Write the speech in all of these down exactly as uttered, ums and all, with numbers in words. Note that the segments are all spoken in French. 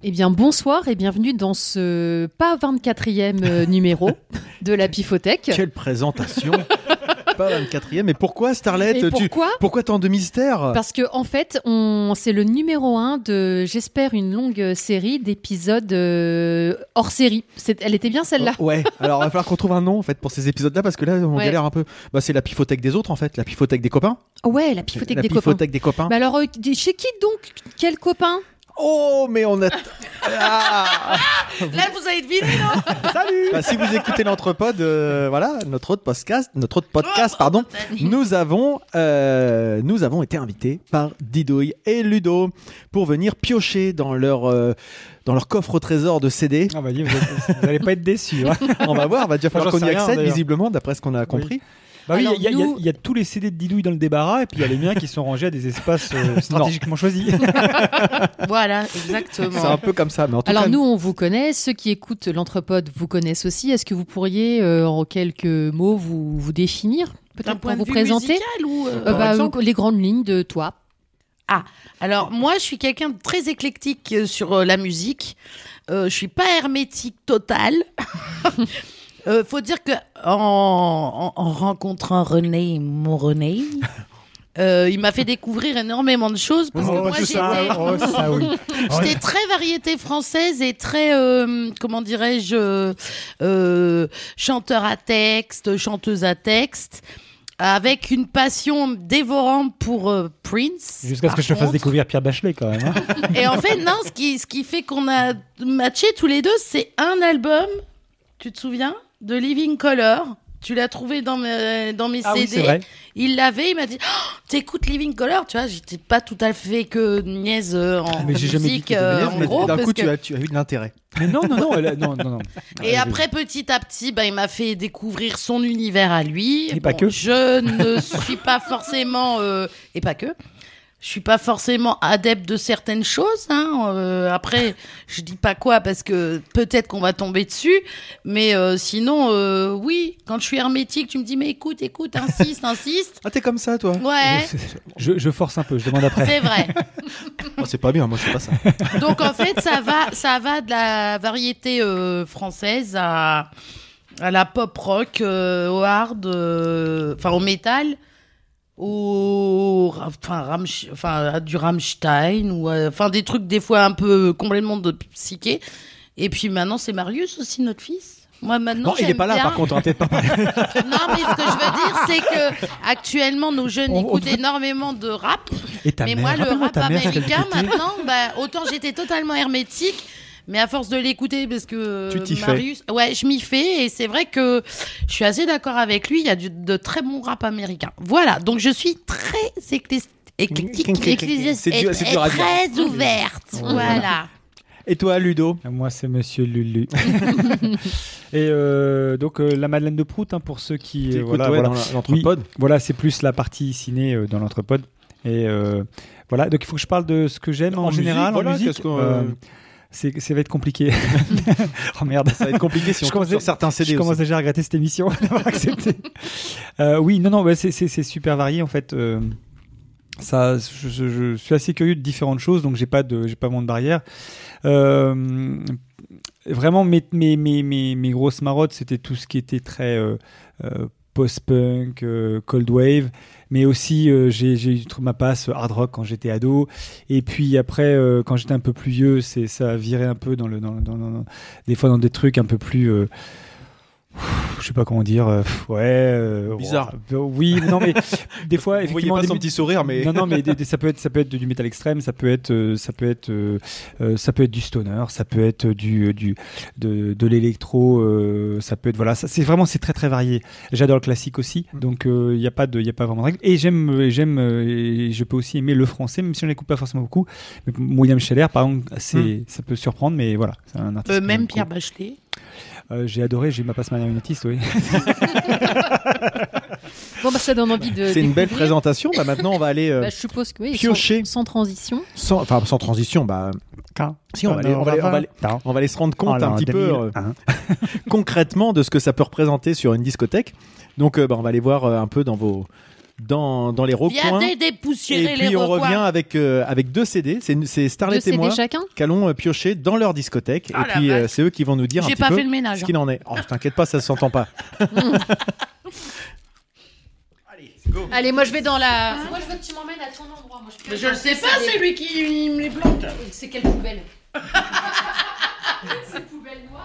Eh bien, bonsoir et bienvenue dans ce pas vingt-quatrième euh, numéro de la Pifothèque. Quelle présentation. Pas vingt-quatrième. Mais pourquoi, Starlet? Et pourquoi tu... Pourquoi tant de mystère? Parce que en fait, on... c'est le numéro un de, j'espère, une longue série d'épisodes euh, hors série. C'est... Elle était bien celle-là. Oh, ouais. Alors, il va falloir qu'on trouve un nom en fait pour ces épisodes-là parce que là, on ouais. galère un peu. Bah, c'est la Pifothèque des autres en fait, la Pifothèque des copains. Ouais, la Pifothèque la des pifothèque copains. des copains. Bah alors, euh, chez qui donc? Quel copain? Oh, mais on a... Ah Là, vous avez deviné, non? Salut. Bah, si vous écoutez l'Entrepode, euh, voilà, notre autre podcast, notre autre podcast, pardon, nous avons, euh, nous avons été invités par Didouille et Ludo pour venir piocher dans leur, euh, dans leur coffre au trésor de C D. Ah bah, vous n'allez pas être déçus. Hein. On va voir, va déjà falloir qu'on y accède, rien, visiblement, d'après ce qu'on a compris. Oui. Bah oui, il y, nous... y, y a tous les C D de Didouille dans le débarras et puis il y a les miens qui sont rangés à des espaces euh, stratégiquement choisis. Voilà, exactement. C'est un peu comme ça. Mais en tout Alors cas, nous, on vous connaît. Ceux qui écoutent l'Entrepode vous connaissent aussi. Est-ce que vous pourriez, euh, en quelques mots, vous, vous définir? Peut-être pour vous présenter ou euh, euh, bah, les grandes lignes de toi. Ah, alors moi, je suis quelqu'un de très éclectique sur euh, la musique. Euh, je suis pas hermétique totale. Euh, faut dire que en, en, en rencontrant René, mon René, euh, il m'a fait découvrir énormément de choses parce oh, que moi j'étais, ça, oh, ça, oui. j'étais très variété française et très euh, comment dirais-je euh, chanteur à texte, chanteuse à texte. Avec une passion dévorante pour euh, Prince. Jusqu'à ce que je te fasse découvrir Pierre Bachelet, quand même. Hein. Et en fait, non, ce qui, ce qui fait qu'on a matché tous les deux, c'est un album, tu te souviens, de Living Colour. Tu l'as trouvé dans mes, dans mes ah C D. Oui, c'est vrai. Il l'avait, il m'a dit oh, t'écoutes Living Colour, tu vois, j'étais pas tout à fait que niaise en mais j'ai musique, jamais dit que euh, niaise, en mais gros. D'un coup, que... tu, as, tu as eu de l'intérêt. Mais non, non, non, elle, non, non, non. Et ah, après, petit à petit, bah, il m'a fait découvrir son univers à lui. Et bon, pas que. Je ne suis pas forcément... Euh, et pas que. Je suis pas forcément adepte de certaines choses. Hein. Euh, après, je dis pas quoi parce que peut-être qu'on va tomber dessus. Mais euh, sinon, euh, oui, quand je suis hermétique, tu me dis mais écoute, écoute, insiste, insiste. Ah, t'es comme ça, toi? Ouais. Je, je force un peu, je demande après. C'est vrai. Oh, c'est pas bien, moi je fais pas ça. Donc en fait, ça va, ça va de la variété euh, française à, à la pop rock, euh, au hard, euh, enfin au métal. Au, enfin, Ramsch, enfin, du Rammstein ou euh, enfin des trucs des fois un peu complètement de psyché. Et puis maintenant c'est Marius aussi notre fils. Moi maintenant non, il est pas là bien. par contre, hein, t'es pas Non, mais ce que je veux dire c'est que actuellement nos jeunes on, écoutent on... énormément de rap. Et ta mais mère, moi le rap américain mère, maintenant, bah, autant j'étais totalement hermétique. Mais à force de l'écouter, parce que tu Marius, fais. ouais, je m'y fais et c'est vrai que je suis assez d'accord avec lui. Il y a du, de très bons rap américains. Voilà, donc je suis très éclectique, éclectique et, et très ouverte. Voilà. Et toi, Ludo? Moi, c'est Monsieur Lulu. Et euh, donc euh, la Madeleine de Proust, hein, pour ceux qui euh, voilà, ouais, voilà. Dans l'Entrepode. Oui, voilà, c'est plus la partie ciné euh, dans l'Entrepode. Et euh, voilà, donc il faut que je parle de ce que j'aime en, en général, musique, en voilà, musique. Euh... C'est, ça va être compliqué. Oh merde. Ça va être compliqué si on commence sur certains C D. Je commence déjà à regretter cette émission d'avoir accepté. euh, oui, non, non, bah, c'est, c'est, c'est super varié en fait. Euh, ça, je, je, je suis assez curieux de différentes choses, donc j'ai pas de, j'ai pas vraiment de barrière. Euh, vraiment, mes, mes, mes, mes, mes grosses marottes, c'était tout ce qui était très euh, euh, post-punk, euh, cold wave. Mais aussi, euh, j'ai, j'ai eu ma passe hard rock quand j'étais ado. Et puis après, euh, quand j'étais un peu plus vieux, c'est, ça a viré un peu dans le, dans, dans, dans, des fois dans des trucs un peu plus... Euh, je sais pas comment dire, euh, ouais, euh, bizarre. Ouais, oui, non mais des fois vous effectivement voyez pas des, son petit sourire, mais non non mais des, des, ça peut être ça peut être du métal extrême, ça peut être euh, ça peut être euh, euh, ça peut être du stoner, ça peut être du du de, de l'électro, euh, ça peut être voilà, ça, c'est vraiment c'est très très varié. J'adore le classique aussi, donc il euh, y a pas de il y a pas vraiment de règle. Et j'aime j'aime euh, et je peux aussi aimer le français, même si on l'écoute pas forcément beaucoup. Mais William Scheller par exemple, c'est mm. ça peut surprendre, mais voilà, c'est un artiste. Euh, même Pierre Bachelet. Euh, j'ai adoré, j'ai eu ma passe marionnettiste, oui. Bon, bah ça donne envie de. C'est une belle présentation. Bah maintenant, on va aller euh, bah, je suppose que oui, piocher. Sans, sans transition. Sans, enfin, sans transition, bah. Quand si, on va, aller, on, va aller, on, va aller, on va aller se rendre compte oh, un petit peu euh, concrètement de ce que ça peut représenter sur une discothèque. Donc, euh, bah, on va aller voir euh, un peu dans vos. dans, dans les recoins. Viens dépoussiérer Et les puis on recoins. revient avec, euh, avec deux C D. C'est, c'est Starlet Deux et moi C D chacun. qu'allons euh, piocher dans leur discothèque. Ah, et la puis euh, vache. c'est eux qui vont nous dire un J'ai petit pas peu fait le ménage, ce qu'il en est. Oh, t'inquiète pas, ça se s'entend pas. Allez, moi je vais dans la. Moi je veux que tu m'emmènes à ton endroit. Moi, Mais je le sais pas, c'est lui qui me les plante. C'est quelle poubelle? C'est poubelle noire.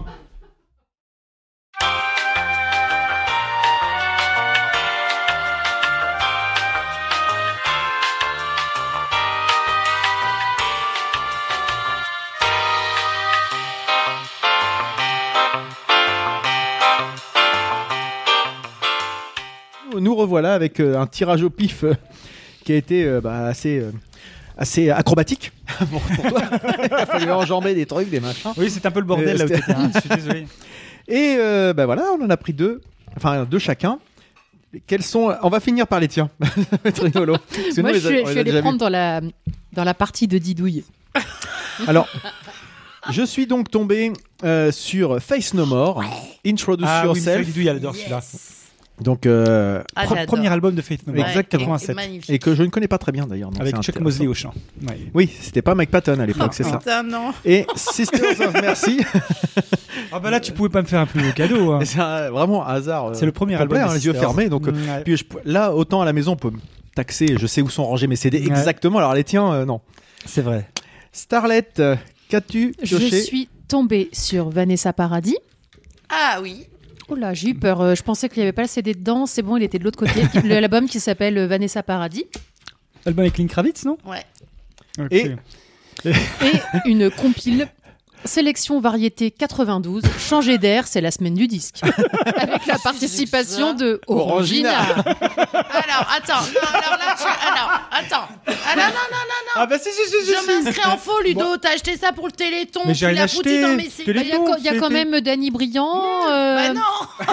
Nous revoilà avec euh, un tirage au pif euh, qui a été euh, bah, assez, euh, assez acrobatique. Bon, pour toi. Il a fallu enjamber des trucs, des machins. Oui, c'est un peu le bordel Euh, là où c'était- t'étais, hein. Je suis désolé. Et euh, bah voilà, on en a pris deux, enfin deux chacun. Quels sont On va finir par les tiens. Ça va être rigolo. Parce que Moi nous, je on les a- suis, on je les suis a allée déjà prendre dans la, dans la partie de Didouille. vus. Alors, je suis donc tombé euh, sur Face No More, Introduce Ah oui, Yourself. Michel Didouille, elle adore celui-là. Donc, euh, Ah, Pre- j'adore. Premier album de Faith No More, Ouais, exactement. et- et quatre-vingt-sept. magnifique. et que je ne connais pas très bien d'ailleurs. donc Avec c'est Chuck intéressant. Mosley au chant. Ouais. Oui, c'était pas Mike Patton à l'époque, c'est ça. Putain, non. Et Sisters of Mercy, Ah bah là, tu pouvais pas me faire un plus beau cadeau. hein. c'est un- vraiment un hasard. euh, C'est le premier complet, album. hein, des les yeux Sisters. fermés. Donc, euh, Ouais. puis je- là, autant à la maison, on peut me taxer. Je sais où sont rangés mes C D Ouais. exactement. Alors les tiens, euh, non. C'est vrai. Starlet, euh, qu'as-tu Je pioché? suis tombée sur Vanessa Paradis. Ah oui. Oh là, j'ai eu peur. Euh, je pensais qu'il n'y avait pas le C D dedans. C'est bon, il était de l'autre côté. Le- L'album qui s'appelle euh, Vanessa Paradis. Album avec Lynn Kravitz, non? Ouais. Ok. Et- Et une compile. Sélection variété quatre-vingt-douze. Changer d'air, c'est la semaine du disque. Avec la participation de Orangina. Alors, attends. Non, alors là, tu... alors, attends. Ah non, non, non, non, Ah bah si, si, si, si, non. Je si. m'inscris en faux, Ludo. T'as acheté ça pour le Téléthon. Mais j'ai tu rien l'as foutu acheté. dans mes C D. Il y a, quand- il y a quand même Danny Briand. euh, Bah non.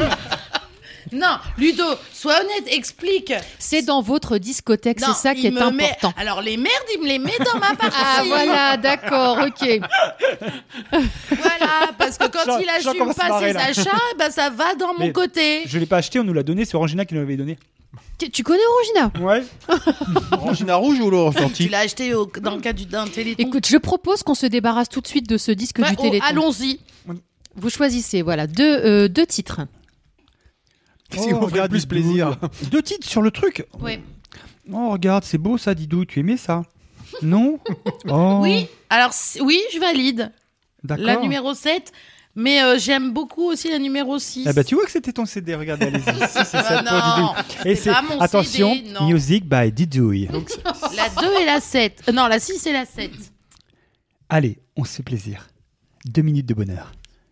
Non, Ludo, sois honnête, explique. C'est dans votre discothèque, Non, c'est ça qui il est me met- important. Alors les merdes, il me les met dans ma partie. Ah voilà, d'accord, ok. Voilà, parce que quand Jean- il Jean assume commence à pas marrer, ses là. achats, bah ça va dans mon Mais- côté. Je l'ai pas acheté, on nous l'a donné, c'est Orangina qui nous l'avait donné. Tu, tu connais Orangina? Ouais. Orangina rouge ou l'eau Tu sorti? l'as acheté au- dans le cadre du- d'un Téléthon. Écoute, je propose qu'on se débarrasse tout de suite de ce disque Ouais, du oh, Téléthon. allons-y. Vous choisissez, voilà, deux, euh, deux titres. Si vous ferait regarde, plus Didouille. plaisir. Deux titres sur le truc. Ouais. Oh, regarde, c'est beau ça, Didou. Tu aimais ça? Non? Oh, Oui, alors c- oui, je valide. d'accord. La numéro sept, mais euh, j'aime beaucoup aussi la numéro six. Eh ben, tu vois que c'était ton C D, regarde, allez-y. Si, c'est ça Ah pour non, Didouille. Et c'est c'est, pas mon attention, C D, non. Music by Didouille. La deux et la sept. Euh, non, la six et la sept. Allez, on se fait plaisir. Deux minutes de bonheur.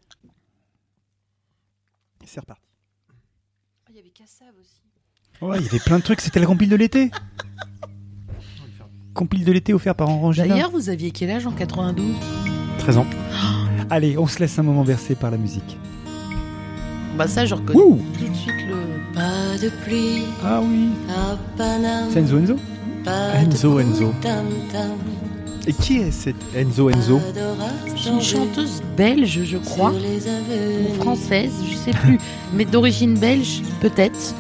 C'est reparti. Il y avait Kassav aussi. Ouais, il y avait plein de trucs, c'était la compile de l'été. Compile de l'été offert par Orangina. D'ailleurs, vous aviez quel âge en quatre-vingt-douze? treize ans. Allez, on se laisse un moment bercer par la musique. Bah ça, je reconnais Ouh. tout de suite le... Pas de pluie Ah oui. à Paname, C'est Enzo Enzo pas Enzo, de Enzo. tam-tam, Et qui est cette Enzo Enzo? pas d'orage C'est une tombé chanteuse belge, je crois. sur les avenues, Ou française, je sais plus. Mais d'origine belge, peut-être.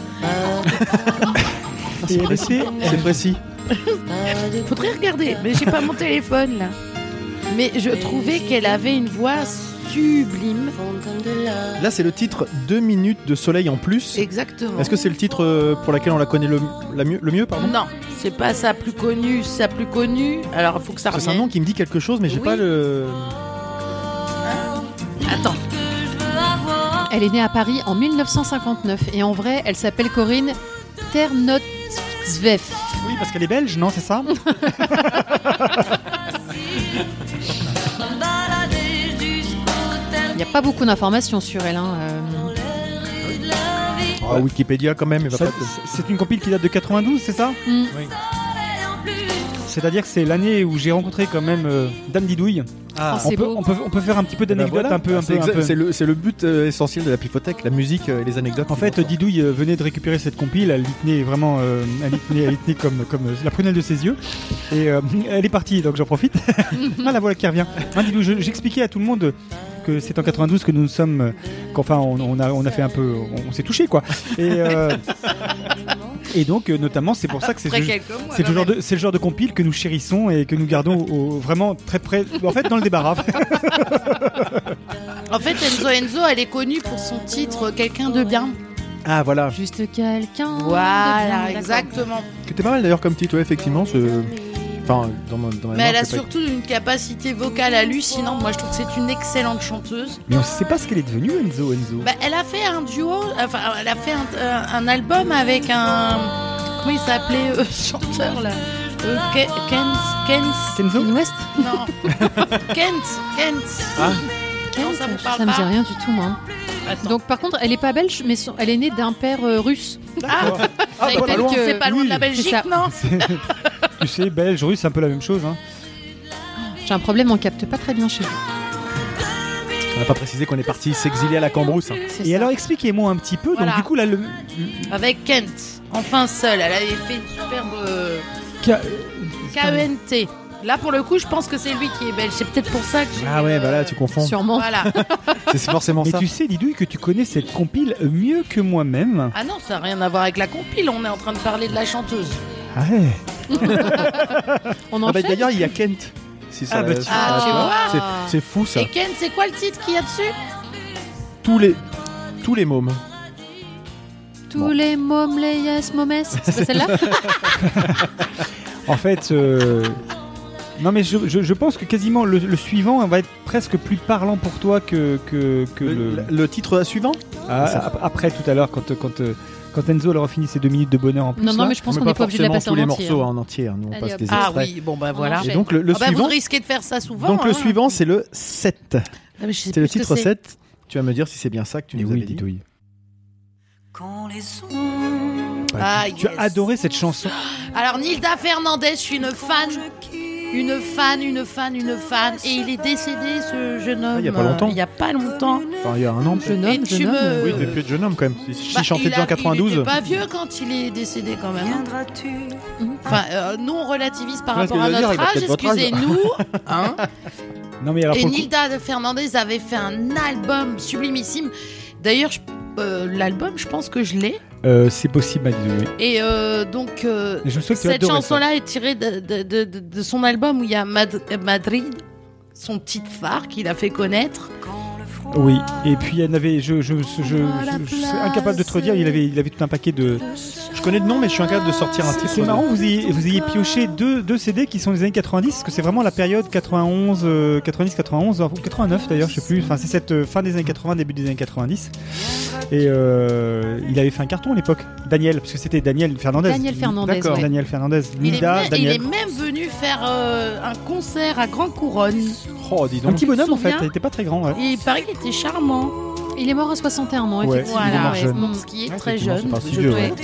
pas Et elle était- C'est précis. de- pas de Faudrait regarder, mais j'ai pas mon téléphone là. Mais je trouvais qu'elle avait une voix sublime. fond comme de la- Là, c'est le titre deux minutes de soleil en plus. Exactement. Est-ce que c'est le titre euh, pour lequel on la connaît le, la mieux, le mieux pardon Non, c'est pas sa plus connue, sa plus connue. Alors il faut que ça Parce que c'est un revienne. nom qui me dit quelque chose, mais j'ai Oui. pas le. Attends. Elle est née à Paris en mille neuf cent cinquante-neuf et en vrai, elle s'appelle Corinne Ternotzveff. Oui, parce qu'elle est belge, non, c'est ça? Il n'y a pas beaucoup d'informations sur elle. Hein. euh. Ah, Wikipédia quand même. Il va Ça- pas... C'est une compile qui date de quatre-vingt-douze, c'est ça? Mm. C'est-à-dire que c'est l'année où j'ai rencontré quand même euh, Dame Didouille. Ah, C'est on, peut, beau. on, peut, on peut faire un petit peu ben d'anecdotes, voilà. un peu, un C'est peu, un exa- peu. c'est le, c'est le but euh, essentiel de la pifothèque, la musique euh, et les anecdotes. En fait, Didouille euh, venait de récupérer cette compile, elle y tenait vraiment, euh, elle y tenait, elle y tenait comme, comme euh, la prunelle de ses yeux. Et euh, elle est partie, donc j'en profite. Ah, la voilà qui revient. Hein, Didouille, je- j'expliquais à tout le monde que c'est en quatre-vingt-douze que nous sommes, euh, qu'enfin on, on a, on a fait un peu, on, on s'est touché quoi. Et, euh, Et donc, euh, notamment, c'est pour ça que c'est Après ce, quelques mois, c'est quand le genre même. de c'est le genre de compile que nous chérissons et que nous gardons au- vraiment très près. En fait, dans le débarras. En fait, Enzo Enzo, elle est connue pour son titre Quelqu'un de bien. Ah voilà, Juste quelqu'un. de bien, Voilà, d'accord. exactement. qui était pas mal d'ailleurs comme titre, ouais, effectivement. Ce... Enfin, dans ma, dans ma Mais elle mémoire, a c'est pas- surtout une capacité vocale hallucinante. Moi, je trouve que c'est une excellente chanteuse. Mais on ne sait pas ce qu'elle est devenue, Enzo. Enzo. Bah, elle a fait un duo, enfin, elle a fait un, un- un album avec un. Comment il s'appelait euh, ce chanteur là euh, Ke- Kent. Kent. Kenzo. Kanye West. Non. Kent. Kent. Ah. Non, ça vous parle Ça me pas dit rien du tout, moi. Attends. Donc, par contre, elle est pas belge, mais son- elle est née d'un père euh, russe. Ah, Ah, ça bah, pas veut dire loin. que c'est pas loin de la Oui, Belgique, c'est ça. non Tu sais, belge, russe, c'est un peu la même chose. Hein. J'ai un problème, on capte pas très bien chez vous. On n'a pas précisé qu'on est parti s'exiler à la Cambrousse. hein. C'est Et ça. alors, expliquez-moi un petit peu. Voilà. Donc, du coup, là, le. Avec Kent. Enfin seule. Elle avait fait une superbe euh, Ka- K E N T. Là, pour le coup, je pense que c'est lui qui est belge. C'est peut-être pour ça que j'ai. Ah ouais, euh, bah là, tu confonds. Sûrement. Voilà. C'est forcément Mais ça. tu sais, Didouille, que tu connais cette compile mieux que moi-même. Ah non, ça n'a rien à voir avec la compile. On est en train de parler de la chanteuse. Ah ouais. On Ah en bah fait. d'ailleurs, il y a Kent. Si ça- Ah bah, tu- ça- Ah, ça- tu vois. c'est- C'est fou ça. Et Kent, c'est quoi le titre qu'il y a dessus Tous les, tous les mômes. Tous Bon. les mômes, les yes, momes. C'est pas celle-là? En fait, euh, non mais je, je, je pense que quasiment le, le suivant va être presque plus parlant pour toi que que, que Le, le. le- le titre suivant Ah, ça. ap- après tout à l'heure quand quand euh, quand Enzo elle aura fini ses deux minutes de bonheur en plus. Non, non, là. mais je pense Mais qu'on n'est pas obligé de la passer tous en les entier. morceaux hein. en entier. hein. Nous, on Allez, passe hop. des Ah extraits. oui, bon bah On voilà. enchaîne. Et donc le, le Ah bah, suivant, vous risquez de faire ça souvent. donc le hein. suivant, c'est le sept. Ah, mais je sais C'est le plus ce que titre c'est. sept. Tu vas me dire si c'est bien ça que tu Et nous oui, avais dit. Didouille. Quand les ondes Ah, Tu as yes. adoré cette chanson. Alors Nilda Fernandez, je suis une fan, une fan, une fan, une fan, et il est décédé ce jeune homme. Ah, il y a pas longtemps. euh, Il y a pas longtemps. Enfin, il y a un an. Jeune Et homme, tu jeune homme. me- Oui, il devait plus être jeune homme quand même. Si si Bah, chantait il déjà en a- Il quatre-vingt-douze. était pas vieux quand il est décédé quand même. hein. viendras-tu Enfin, euh, nous on relativise par Ouais, ce rapport que à je veux notre dire, il a âge. peut-être votre âge. Excusez-nous. Hein. Non mais alors Et pour le coup- Nilda de Fernandez avait fait un album sublimissime. D'ailleurs, je- euh, l'album, je pense que je l'ai. euh, c'est possible, Didouille. Et euh, donc, euh, Et je me souviens que tu as cette adoré chanson-là est tirée de, de- de- de- de son album où il y a Mad- Madrid, son titre phare qu'il a fait connaître. quand le front ça. Oui. Et puis il y en avait, je je je, je, je- je suis incapable de te redire. Il avait il avait tout un paquet de. Je connais le nom, mais je suis incapable de sortir un titre. C'est marrant, vous ayez, vous ayez pioché deux, deux C D qui sont des années quatre-vingt-dix, parce que c'est vraiment la période quatre-vingt-onze, euh, quatre-vingt-dix, quatre-vingt-onze, ou quatre-vingt-neuf d'ailleurs, je sais plus. Enfin, c'est cette euh, fin des années quatre-vingts, début des années quatre-vingt-dix. Et euh, il avait fait un carton à l'époque. Daniel, parce que c'était Daniel Fernandez. Daniel Fernandez, D'accord. ouais. Daniel Fernandez. Il est, Nilda, même, il Daniel. est même venu faire euh, un concert à Grande Couronne. Oh, dis Un donc. petit bonhomme en souviens fait, il était pas très grand. Ouais. Et il paraît qu'il était charmant. Il est mort à soixante et un ans, Ouais, effectivement. il est mort Voilà, jeune. donc, ce qui est Ouais, très effectivement, jeune. c'est pas si je vieux, dois ouais. être.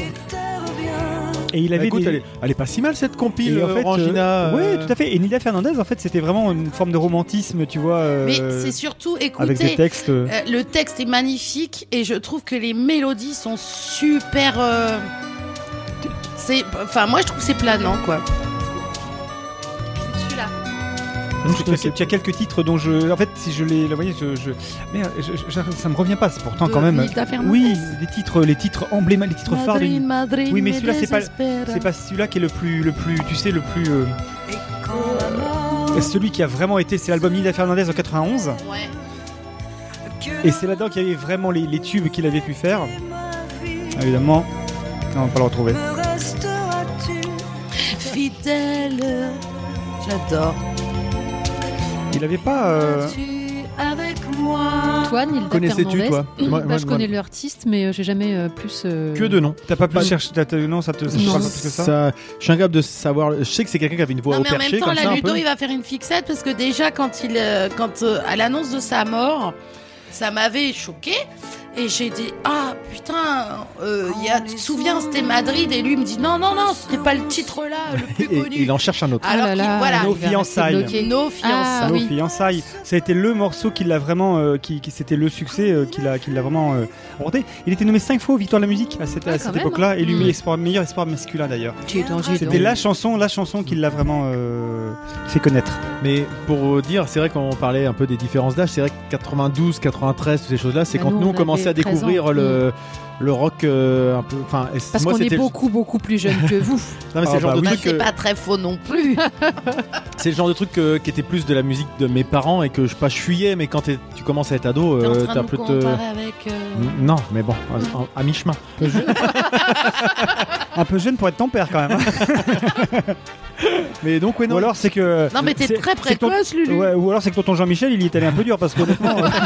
Et il Bah, avait écoute, des... elle, est, elle est pas si mal cette compile, Et en fait, Orangina. euh, euh, ouais, tout à fait. Et Nilda Fernandez, en fait, c'était vraiment une forme de romantisme, tu vois. euh, Mais c'est surtout, avec des écoutez, textes. euh, euh, le texte est magnifique et je trouve que les mélodies sont super. euh, c'est, enfin, moi je trouve que c'est planant quoi. Celui-là. Parce que tu, as, tu as quelques titres dont je. En fait, si je les. Vous voyez, je. je... Mais je, je- ça me revient pas, c'est pourtant quand De même. Nilda Fernandez. Oui, les titres, les titres emblématiques, les titres phares. Madrid, de- Madrid, Oui, mais me celui-là, c'est pas- désespère. C'est pas celui-là qui est le plus, le plus, tu sais, le plus. euh, et quand la mort Celui qui a vraiment été, c'est l'album Nilda Fernandez en quatre-vingt-onze. Ouais. Et c'est là-dedans qu'il y avait vraiment les, les tubes qu'il avait pu faire. Évidemment, non, on va pas le retrouver. me resteras-tu Fidèle. J'adore. Il avait pas. euh, Tu avec moi. Toi, Nilda Connaissais-tu, Fernandez toi Moi- Bah, moi- je moi- connais l'artiste, mais euh, j'ai jamais euh, plus. euh, Que de noms. T'as pas plus Pas- cherché. t'as- t'as- Non, ça te. Ça te Non. parle pas plus que ça. Ça, je suis incapable de savoir. Je sais que c'est quelqu'un qui avait une voix Non au mais en perché même temps, comme la ça un Ludo, peu. il va faire une fixette parce que déjà quand il, euh, quand euh, à l'annonce de sa mort, ça m'avait choqué et j'ai dit ah putain, euh, il y a, tu te souviens c'était Madrid et lui me dit non non non, c'était pas le titre là le plus Et, connu. et il en cherche un autre. Ah Alors là qu'il- là, voilà. il Nos va rester fiançailles. bloqué. Nos Ah, fiançailles. Nos oui. fiançailles, ça a été le morceau qui l'a vraiment, euh, qui, qui- c'était le succès euh, qui l'a, qui l'a vraiment euh, remporté. Il était nommé cinq fois aux Victoires de la musique à cette, à Ouais, cette quand même, époque-là, élu Mm. meilleur espoir, meilleur espoir masculin d'ailleurs. Dis donc, dis C'était donc. la chanson, la chanson qui l'a vraiment euh, fait connaître. Mais pour dire, c'est vrai qu'on parlait un peu des différences d'âge, c'est vrai que quatre-vingt-douze, quatre-vingt-treize, toutes ces choses-là, c'est Bah, quand nous, nous on on commençait à avait treize découvrir ans. le, le rock euh, un peu. Enfin, et Parce moi, qu'on est c'était le- beaucoup, beaucoup plus jeunes que vous. Non, mais c'est Ah, le genre bah de Bah, truc. c'est que- pas très faux non plus. C'est le genre de truc euh, qui était plus de la musique de mes parents et que je pas je fuyais, mais quand t'es- tu commences à être ado, T'es en euh, train t'as de nous plus de. comparer avec. euh, Non, mais bon, à, à mi-chemin. Un peu jeune pour être ton père quand même. hein. Mais donc, ouais, non. Ou alors c'est que. Non, mais t'es c'est- très c'est que ton- précoce, Lulu. Ouais, ou alors c'est que tonton Jean-Michel il y est allé un peu dur parce qu'honnêtement. euh,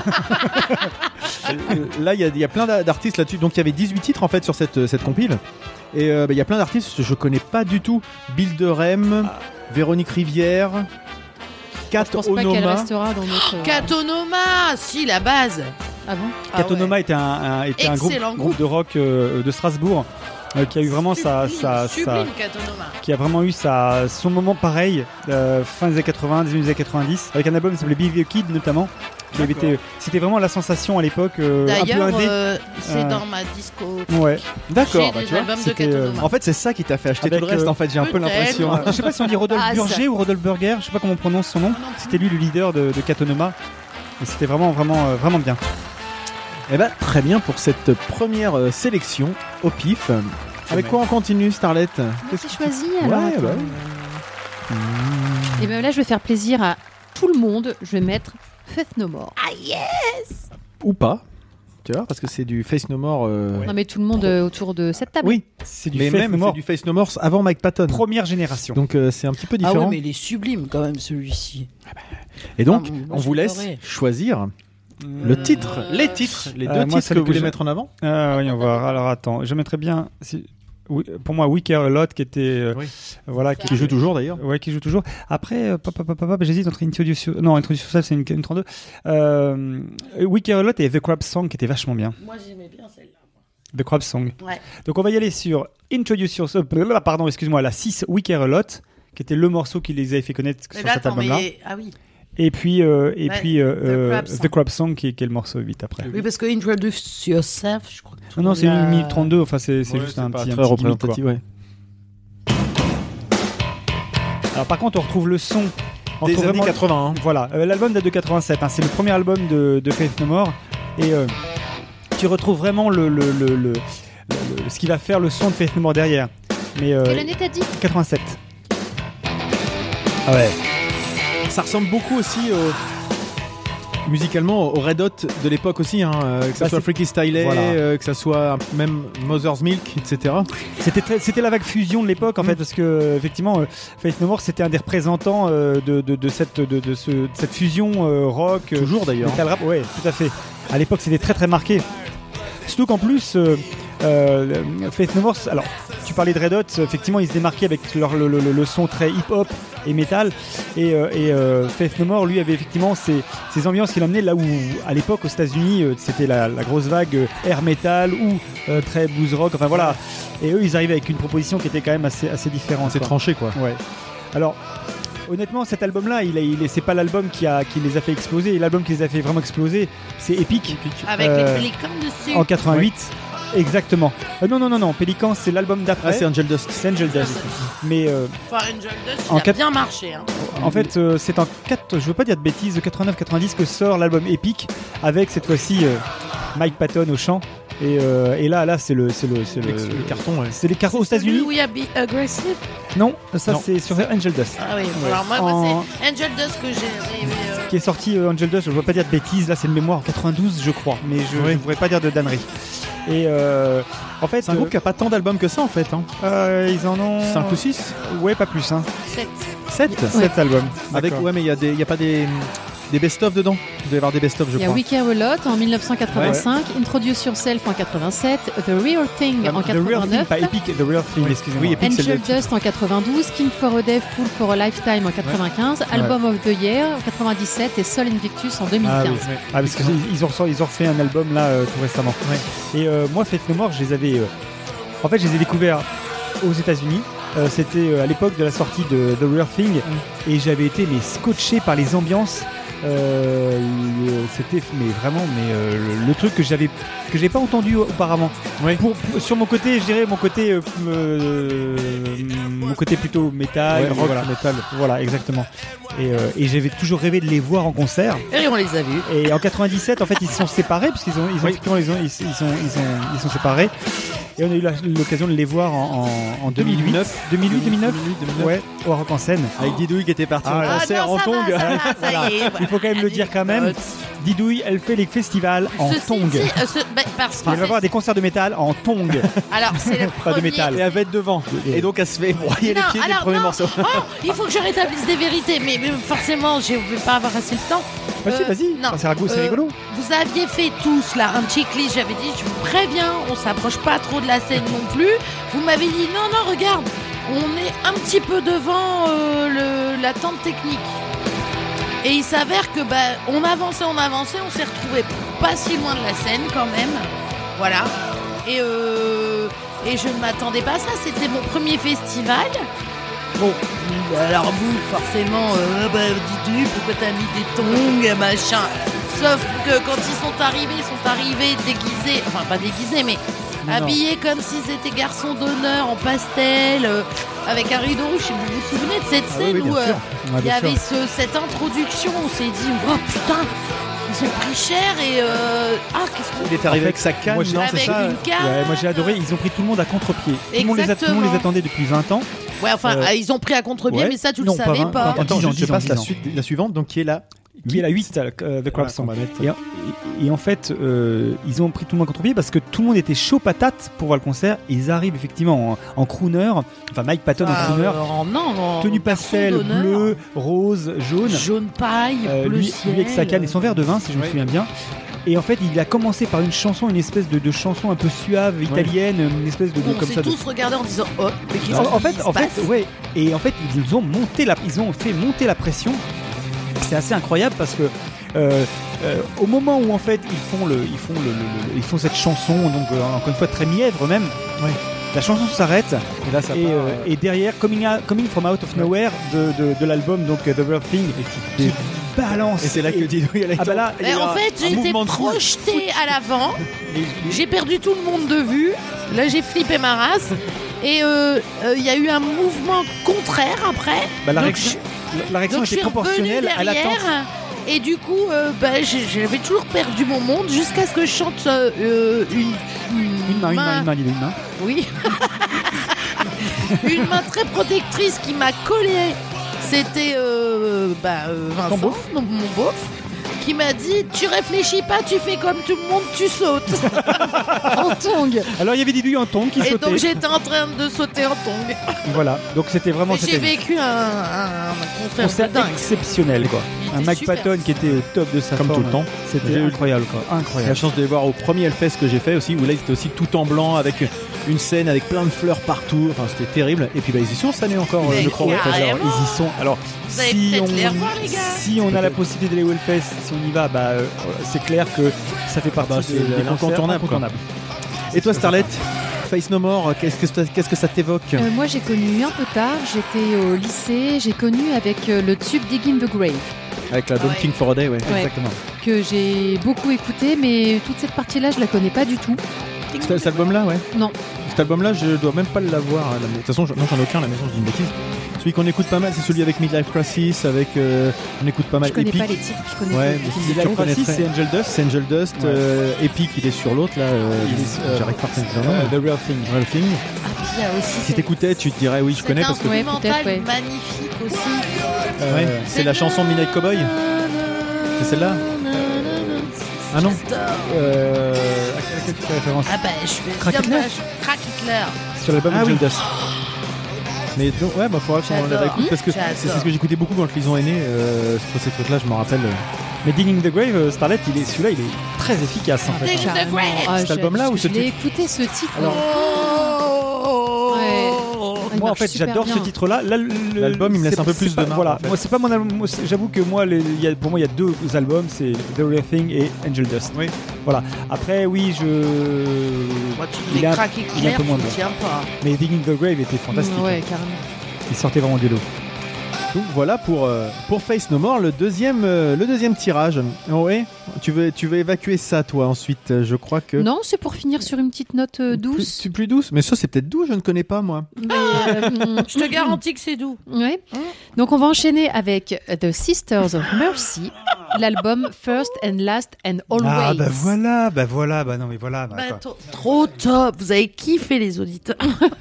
Euh, là, il y, a- il y a plein d'a- d'artistes là-dessus. Donc, il y avait dix-huit titres en fait sur cette, cette compile. Et euh, bah, il y a plein d'artistes que je connais pas du tout. Bill de Rem, Véronique Rivière, Kat Je pense pas qu'elle Onoma. restera dans notre. euh, Katonoma, si, la base. Ah bon Ah Katonoma ouais. était un, un- était un groupe, Excellent groupe de rock euh, de Strasbourg euh, qui a eu vraiment sa, Sublime, sa, sa- sublime, Katonoma. qui a vraiment eu sa, son moment pareil euh, fin des années quatre-vingts, début des années quatre-vingt-dix avec un album qui s'appelait Be The Kid notamment. Qui avait été, c'était vraiment la sensation à l'époque, euh, un peu D'ailleurs, indé. euh, c'est Euh, dans ma disco. Ouais. D'accord, J'ai bah, des tu vois. albums de c'était, euh, Katonoma. En fait, c'est ça qui t'a fait acheter Avec, tout le reste. euh, En fait, j'ai un peu peut-être. l'impression. Je sais pas si on dit Rodolphe Ah, Burger ça. ou Rodolphe Burger, je sais pas comment on prononce son nom. C'était lui le leader de, de Katonoma. Et c'était vraiment, vraiment, euh, vraiment bien. Eh ben, très bien pour cette première euh, sélection au pif. Avec quoi on continue, Starlet? Qu'est-ce que choisi alors Ouais, attends. bah Et ben là, je vais faire plaisir à tout le monde. Je vais mettre Faith No More. Ah yes. Ou pas. Tu vois, parce que c'est du Face No More. euh, Non mais tout le monde euh, autour de cette table. Oui, C'est du mais Faith même No c'est More, du Face No More avant Mike Patton. première génération. Donc euh, c'est un petit peu Ah différent. ouais, mais il est sublime quand même celui-ci. Et donc, Ah, moi, on j'ai vous laisse pleuré. choisir le Euh, titre, les titres, les deux euh, moi, titres que celle vous que voulez je- mettre en avant. Ah oui, on va voir. Alors attends, je mettrais bien. si- oui, pour moi, We Care A Lot qui était. euh, Oui. Voilà, Qui joue toujours d'ailleurs. Ouais, qui joue toujours. Après, euh, pop, pop, pop, pop, j'hésite entre Introduce Your- Non, Introduce Yourself, c'est une, une trente-deux. Euh, We Care A Lot et The Crab Song qui était vachement bien. Moi j'aimais bien celle-là. The Crab Song. Ouais. Donc on va y aller sur Introduce Yourself. blablabla, Pardon, excuse-moi, la six We Care A Lot qui était le morceau qui les avait fait connaître Mais sur là, cet attends, album-là. mais... Ah oui. Et puis, euh, et Ouais, puis euh, The euh, Crab The Song. Crab Song qui est, qui est le morceau huit après. Oui, parce que Introduce Yourself, je crois que tout Non, non, le c'est monde une l'a- minute trente-deux. Enfin, c'est c'est Ouais, juste c'est un pas petit, un très petit gimmick, représentatif, quoi. ouais. Alors par contre, on retrouve le son. On Des retrouve années vraiment- quatre-vingts. hein. Voilà, euh, l'album date de quatre-vingt-sept. hein, c'est le premier album de, de Faith No More. Et euh, tu retrouves vraiment le, le, le, le- le- le- ce qui va faire le son de Faith No More derrière. Mais euh, Quelle année t'as dit quatre-vingt-sept. Ah ouais. Ça ressemble beaucoup aussi au- musicalement au Red Hot de l'époque aussi, hein, euh, que ça Bah, soit c'est- Freaky Styley, Voilà. euh, que ça soit même Mother's Milk, et cetera. C'était très- c'était la vague fusion de l'époque en Mm. fait parce que effectivement euh, Faith No More c'était un des représentants euh, de, de, de cette de, de ce- de cette fusion euh, rock euh, Toujours d'ailleurs. metal rap. Ouais, tout à fait. À l'époque c'était très très marqué. Surtout qu'en plus euh, euh, Faith No More, alors tu parlais de Red Hot, effectivement ils se démarquaient avec leur, le, le- le son très hip hop et metal et, euh, et euh, Faith No More lui avait effectivement ces, ces ambiances qu'il emmenait là où à l'époque aux États-Unis euh, c'était la, la grosse vague euh, air metal ou euh, très blues rock, enfin voilà. Et eux ils arrivaient avec une proposition qui était quand même assez, assez différente. C'est quoi. tranché quoi. Ouais. Alors, honnêtement, cet album-là, il, a- il est- c'est pas l'album qui, a, qui les a fait exploser. L'album qui les a fait vraiment exploser, c'est Epic, Avec Euh, les pélicans dessus. en quatre-vingt-huit. Exactement. Euh, non, non, non, non. Pélican, c'est l'album d'après. Ah, c'est Angel Dust. C'est Angel Dust. Mais euh, Enfin, Angel Dust, En il a quatre- bien marché. Hein. en fait, euh, c'est en quatre, je veux pas dire de bêtises, de quatre-vingt-neuf quatre-vingt-dix que sort l'album Epic avec cette fois-ci euh, Mike Patton au chant. Et, euh, et là, là, c'est le, c'est le, c'est le, Le carton, ouais. c'est les cartons aux États-Unis. Oui, Be Aggressive. Non, ça Non. c'est sur Angel Dust. Ah oui, alors moi, moi, En- c'est Angel Dust que j'ai rêvé. euh, Qui est sorti euh, Angel Dust, je ne veux pas dire de bêtises, là c'est de mémoire en quatre-vingt-douze je crois, mais je ne Oui. voudrais pas dire de dannerie. Et euh, en fait, C'est un groupe qui a pas tant d'albums que ça en fait. Hein. euh, ils en ont cinq ou six Ouais, pas plus, hein. sept. sept sept albums. Avec, D'accord. ouais, mais il y a, des- il y a pas des, des best-of dedans. Il doit y avoir des best-of, je Il y a crois. We Care A Lot en mille neuf cent quatre-vingt-cinq, Introduce Yourself en quatre-vingt-sept, The Real Thing en The Real Thing, quatre-vingt-neuf, pas Epic, The Real Thing, Oui. excusez-moi. Oui, Epic, c'est Angel le- Dust en quatre-vingt-douze, King for a Day, Fool for a Lifetime en quatre-vingt-quinze, Album of the Year en quatre-vingt-dix-sept et Sol Invictus en deux mille Ah, quinze. oui. Ah, parce qu'ils ils ont, ressorti- ils ont refait un album là euh, tout récemment. Et euh, moi, Faith No More, je les avais. euh, En fait, je les ai découverts aux États-Unis. Euh, C'était euh, à l'époque de la sortie de The Real Thing. Et j'avais été mais scotché par les ambiances. Euh, le- c'était mais vraiment mais euh, le, le truc que j'avais que j'ai pas entendu auparavant. Oui. Pour, pour- sur mon côté, je dirais mon côté euh, euh, mon côté plutôt métal, Ouais, rock, voilà. métal. Voilà, exactement. Et, euh, et j'avais toujours rêvé de les voir en concert. Et on les a vus. Et en quatre-vingt-dix-sept, en fait, ils se sont séparés parce qu'ils ont, ils ont, effectivement, ils ont, ils, ils sont, ils sont, ils sont séparés. Et on a eu la- l'occasion de les voir en, en, en deux mille huit, deux mille huit, deux mille neuf, ouais, au Rock en scène. Avec Didouille qui était parti Ah, en là. concert non, en ça tongs. va, ça va, ça Voilà. y est, voilà. Il faut quand même le dire quand même. Didouille, elle fait les festivals en Ceci tongs. dit, euh, ce- bah, parce que Elle va c'est- voir des concerts de métal en tongs. alors c'est le Pas de premier- métal. Et elle va être devant. Et donc elle se fait broyer les Non, pieds dès le alors, premier non. morceau. Oh, il faut que je rétablisse des vérités, mais, mais forcément, je vais pas avoir assez de temps. Vas-y, Euh, vas-y. non. C'est rigolo. c'est Euh, rigolo. Vous aviez fait tous là un checklist, j'avais dit, je vous préviens, on s'approche pas trop de la scène non plus. Vous m'avez dit, non, non, regarde, on est un petit peu devant euh, le, la tente technique. Et il s'avère que bah, on avançait, on avançait, on s'est retrouvé pas si loin de la scène quand même. Voilà. Et, euh, et je ne m'attendais pas à ça, c'était mon premier festival. Bon, alors vous, forcément, euh, bah, dis-tu, pourquoi t'as mis des tongs, machin. Sauf que quand ils sont arrivés, ils sont arrivés déguisés, enfin pas déguisés, mais Non, habillés comme s'ils étaient garçons d'honneur en pastel, euh, avec un rideau rouge. Vous vous souvenez de cette Ah oui, scène oui, bien où euh, sûr. Ouais, il y bien avait sûr. ce- cette introduction, on s'est dit, oh putain, ils ont pris cher et euh, ah, qu'est-ce qu'on Il est arrivé En avec sa canne, moi, j'ai- non, avec c'est ça une canne. Ouais, moi j'ai adoré. Ils ont pris tout le monde à contre-pied. Tout le monde les, a- tout le monde les Exactement. attendait depuis vingt ans. Ouais, enfin, Euh, euh, ils ont pris à contre-pied, ouais. mais ça, tu Non, le pas savais vingt, pas. attends, Attends, dix ans, je te dix passe ans, la dix ans. suite, la suivante, donc qui est là. Qui est la huit, euh, The Crab Voilà, Song. on va mettre- Et, et- et en fait, euh, ils ont pris tout le monde contre pied parce que tout le monde était chaud patate pour voir le concert. Ils arrivent effectivement en, en crooner, enfin Mike Patton Ah, en crooner, euh, en- non, en tenue garçon pastel, d'honneur. bleu, rose, jaune. Jaune paille, Euh, bleu lui, ciel. lui avec sa canne et son verre de vin, si je me Ouais. souviens bien. Et en fait, il a commencé par une chanson, une espèce de, de chanson un peu suave, italienne, une espèce de, de- On comme s'est ça. de- tous regardés en disant oh, mais qu'est-ce En, en qui fait, se en fait, passe ouais. Et en fait, ils ont monté la, ils ont fait monter la pression. C'est assez incroyable parce que euh, euh, au moment où en fait ils font le, ils font le, le- le- ils font cette chanson, donc euh, encore une fois très mièvre même. Ouais. La chanson s'arrête Et là, ça et, part, euh, euh, et derrière Coming, Out- Coming from Out of Nowhere de, de, de l'album donc euh, The Real Thing qui balance. Et c'est là que Didouille, elle a Ah bah là, il y Mais a en un- fait, un j'ai été mouvement de foule. projetée à l'avant. J'ai perdu tout le monde de vue. Là, j'ai flippé ma race. Et euh, euh, il y a eu un mouvement contraire après. bah, la Donc, réaction, la réaction Donc je était suis proportionnelle revenue à l'attente. derrière et du coup euh, bah, j'ai- j'avais toujours perdu mon monde jusqu'à ce que je chante euh, euh, une, une, Une main, une main, une main, une main. Oui. Une main très protectrice qui m'a collé. C'était euh, bah, euh, Ton Vincent, beauf. donc mon beauf, qui m'a dit tu réfléchis pas, tu fais comme tout le monde, tu sautes. En tongs. Alors il y avait des douilles en tongs qui Et sautaient. donc j'étais en train de sauter en tongs. Voilà, donc c'était vraiment Mais j'ai c'était vécu un, un concert, concert de dingue. exceptionnel quoi. Il Un était Mike super. Patton qui était au top de sa Comme forme. tout le temps. C'était J'ai eu incroyable quoi, J'ai la incroyable. chance de les voir au premier Hellfest que j'ai fait aussi, où là ils étaient aussi tout en blanc avec une scène avec plein de fleurs partout. Enfin, c'était terrible. Et puis bah, ils y sont cette année encore, Mais je crois. ouais, au Hellfest. carrément. Alors ils y sont. Alors Vous allez si peut-être on les revoir, les gars. si on a la possibilité d'aller au Hellfest, si on y va, bah euh, c'est clair que ça fait partie Bah, des, c'est des l'incontournable, concerts quoi. incontournables. Et toi, Starlet, Face No More, qu'est-ce que, ça- qu'est-ce que ça t'évoque Euh, moi, j'ai connu un peu tard. J'étais au lycée. J'ai connu avec euh, le tube Digging the Grave, Avec la Don't Ouais. King for a Day, ouais. Ouais. Exactement. que j'ai beaucoup écouté, mais toute cette partie-là, je la connais pas du tout. Cet, cet album-là, ouais. Non. Cet album-là, je dois même pas l'avoir. à la- De toute façon, je- non, j'en ai aucun à la maison, je dis une bêtise. Celui qu'on écoute pas mal, c'est celui avec Midlife Crisis, avec. euh, on écoute pas mal Je connais Epic. pas les titres. Je connais Ouais, pas. mais si Il tu a reconnaîtrais. c'est Angel Dust. C'est Angel Dust, Ouais. euh, Epic, il est sur l'autre là. euh, Il est, euh, J'arrive pas à reconnaître le Euh, nom. The Real Thing. Real Thing. Ah, puis il y a aussi Si cette- t'écoutais, tu te dirais oui, je connais parce que. Ouais, instrumental peut-être, ouais. magnifique aussi. Euh, Ouais, c'est la chanson Midnight Cowboy. C'est celle-là Ah non. J'adore. euh, à quelle- à quelle tu fais référence Ah bah je vais Crack dire, Hitler bah, je- Crack Hitler. Sur l'album Ah Angel oui. Dust. Mais donc, ouais, bah faudra qu'on la J'adore. réécoute parce que c'est J'adore. c'est ce que j'écoutais beaucoup quand Lison est né. Euh, sur ces trucs-là, je me rappelle. euh, Mais Digging the Grave, euh, Starlet, il est celui-là, il est très efficace en fait. Digging the Carrément. Grave. Ah, Cet je- album-là je- ou ce Je l'ai titre écouté ce titre. Alors, Oh. Ouais. Il Moi en marche fait super j'adore bien. ce titre-là. Là, le- L'album, il me laisse c'est- un peu plus c'est pas- de marge, Voilà, en fait. moi c'est pas mon album. moi, c'est- J'avoue que moi, les- il y a- pour moi il y a deux albums, c'est The Real Thing et Angel Dust. Oui. Voilà. Après oui je. Moi, tu Il les est un- Crack il est un Hitler, peu moins tu bien. tiens pas. Mais Digging the Grave était fantastique. Ouais, hein. carrément. Il sortait vraiment du lot. Donc voilà pour, euh, pour Face No More, le deuxième, euh, le deuxième tirage. Ouais, tu veux, tu veux évacuer ça, toi, ensuite, euh, je crois que... Non, c'est pour finir sur une petite note euh, douce. Plus, plus douce. Mais ça, c'est peut-être doux, je ne connais pas, moi. Mais, euh, Je te garantis que c'est doux. ouais. Donc on va enchaîner avec The Sisters of Mercy, l'album First and Last and Always. Ah bah voilà, bah voilà, bah non mais voilà. bah, Bah, quoi. to- trop top. Vous avez kiffé les auditeurs.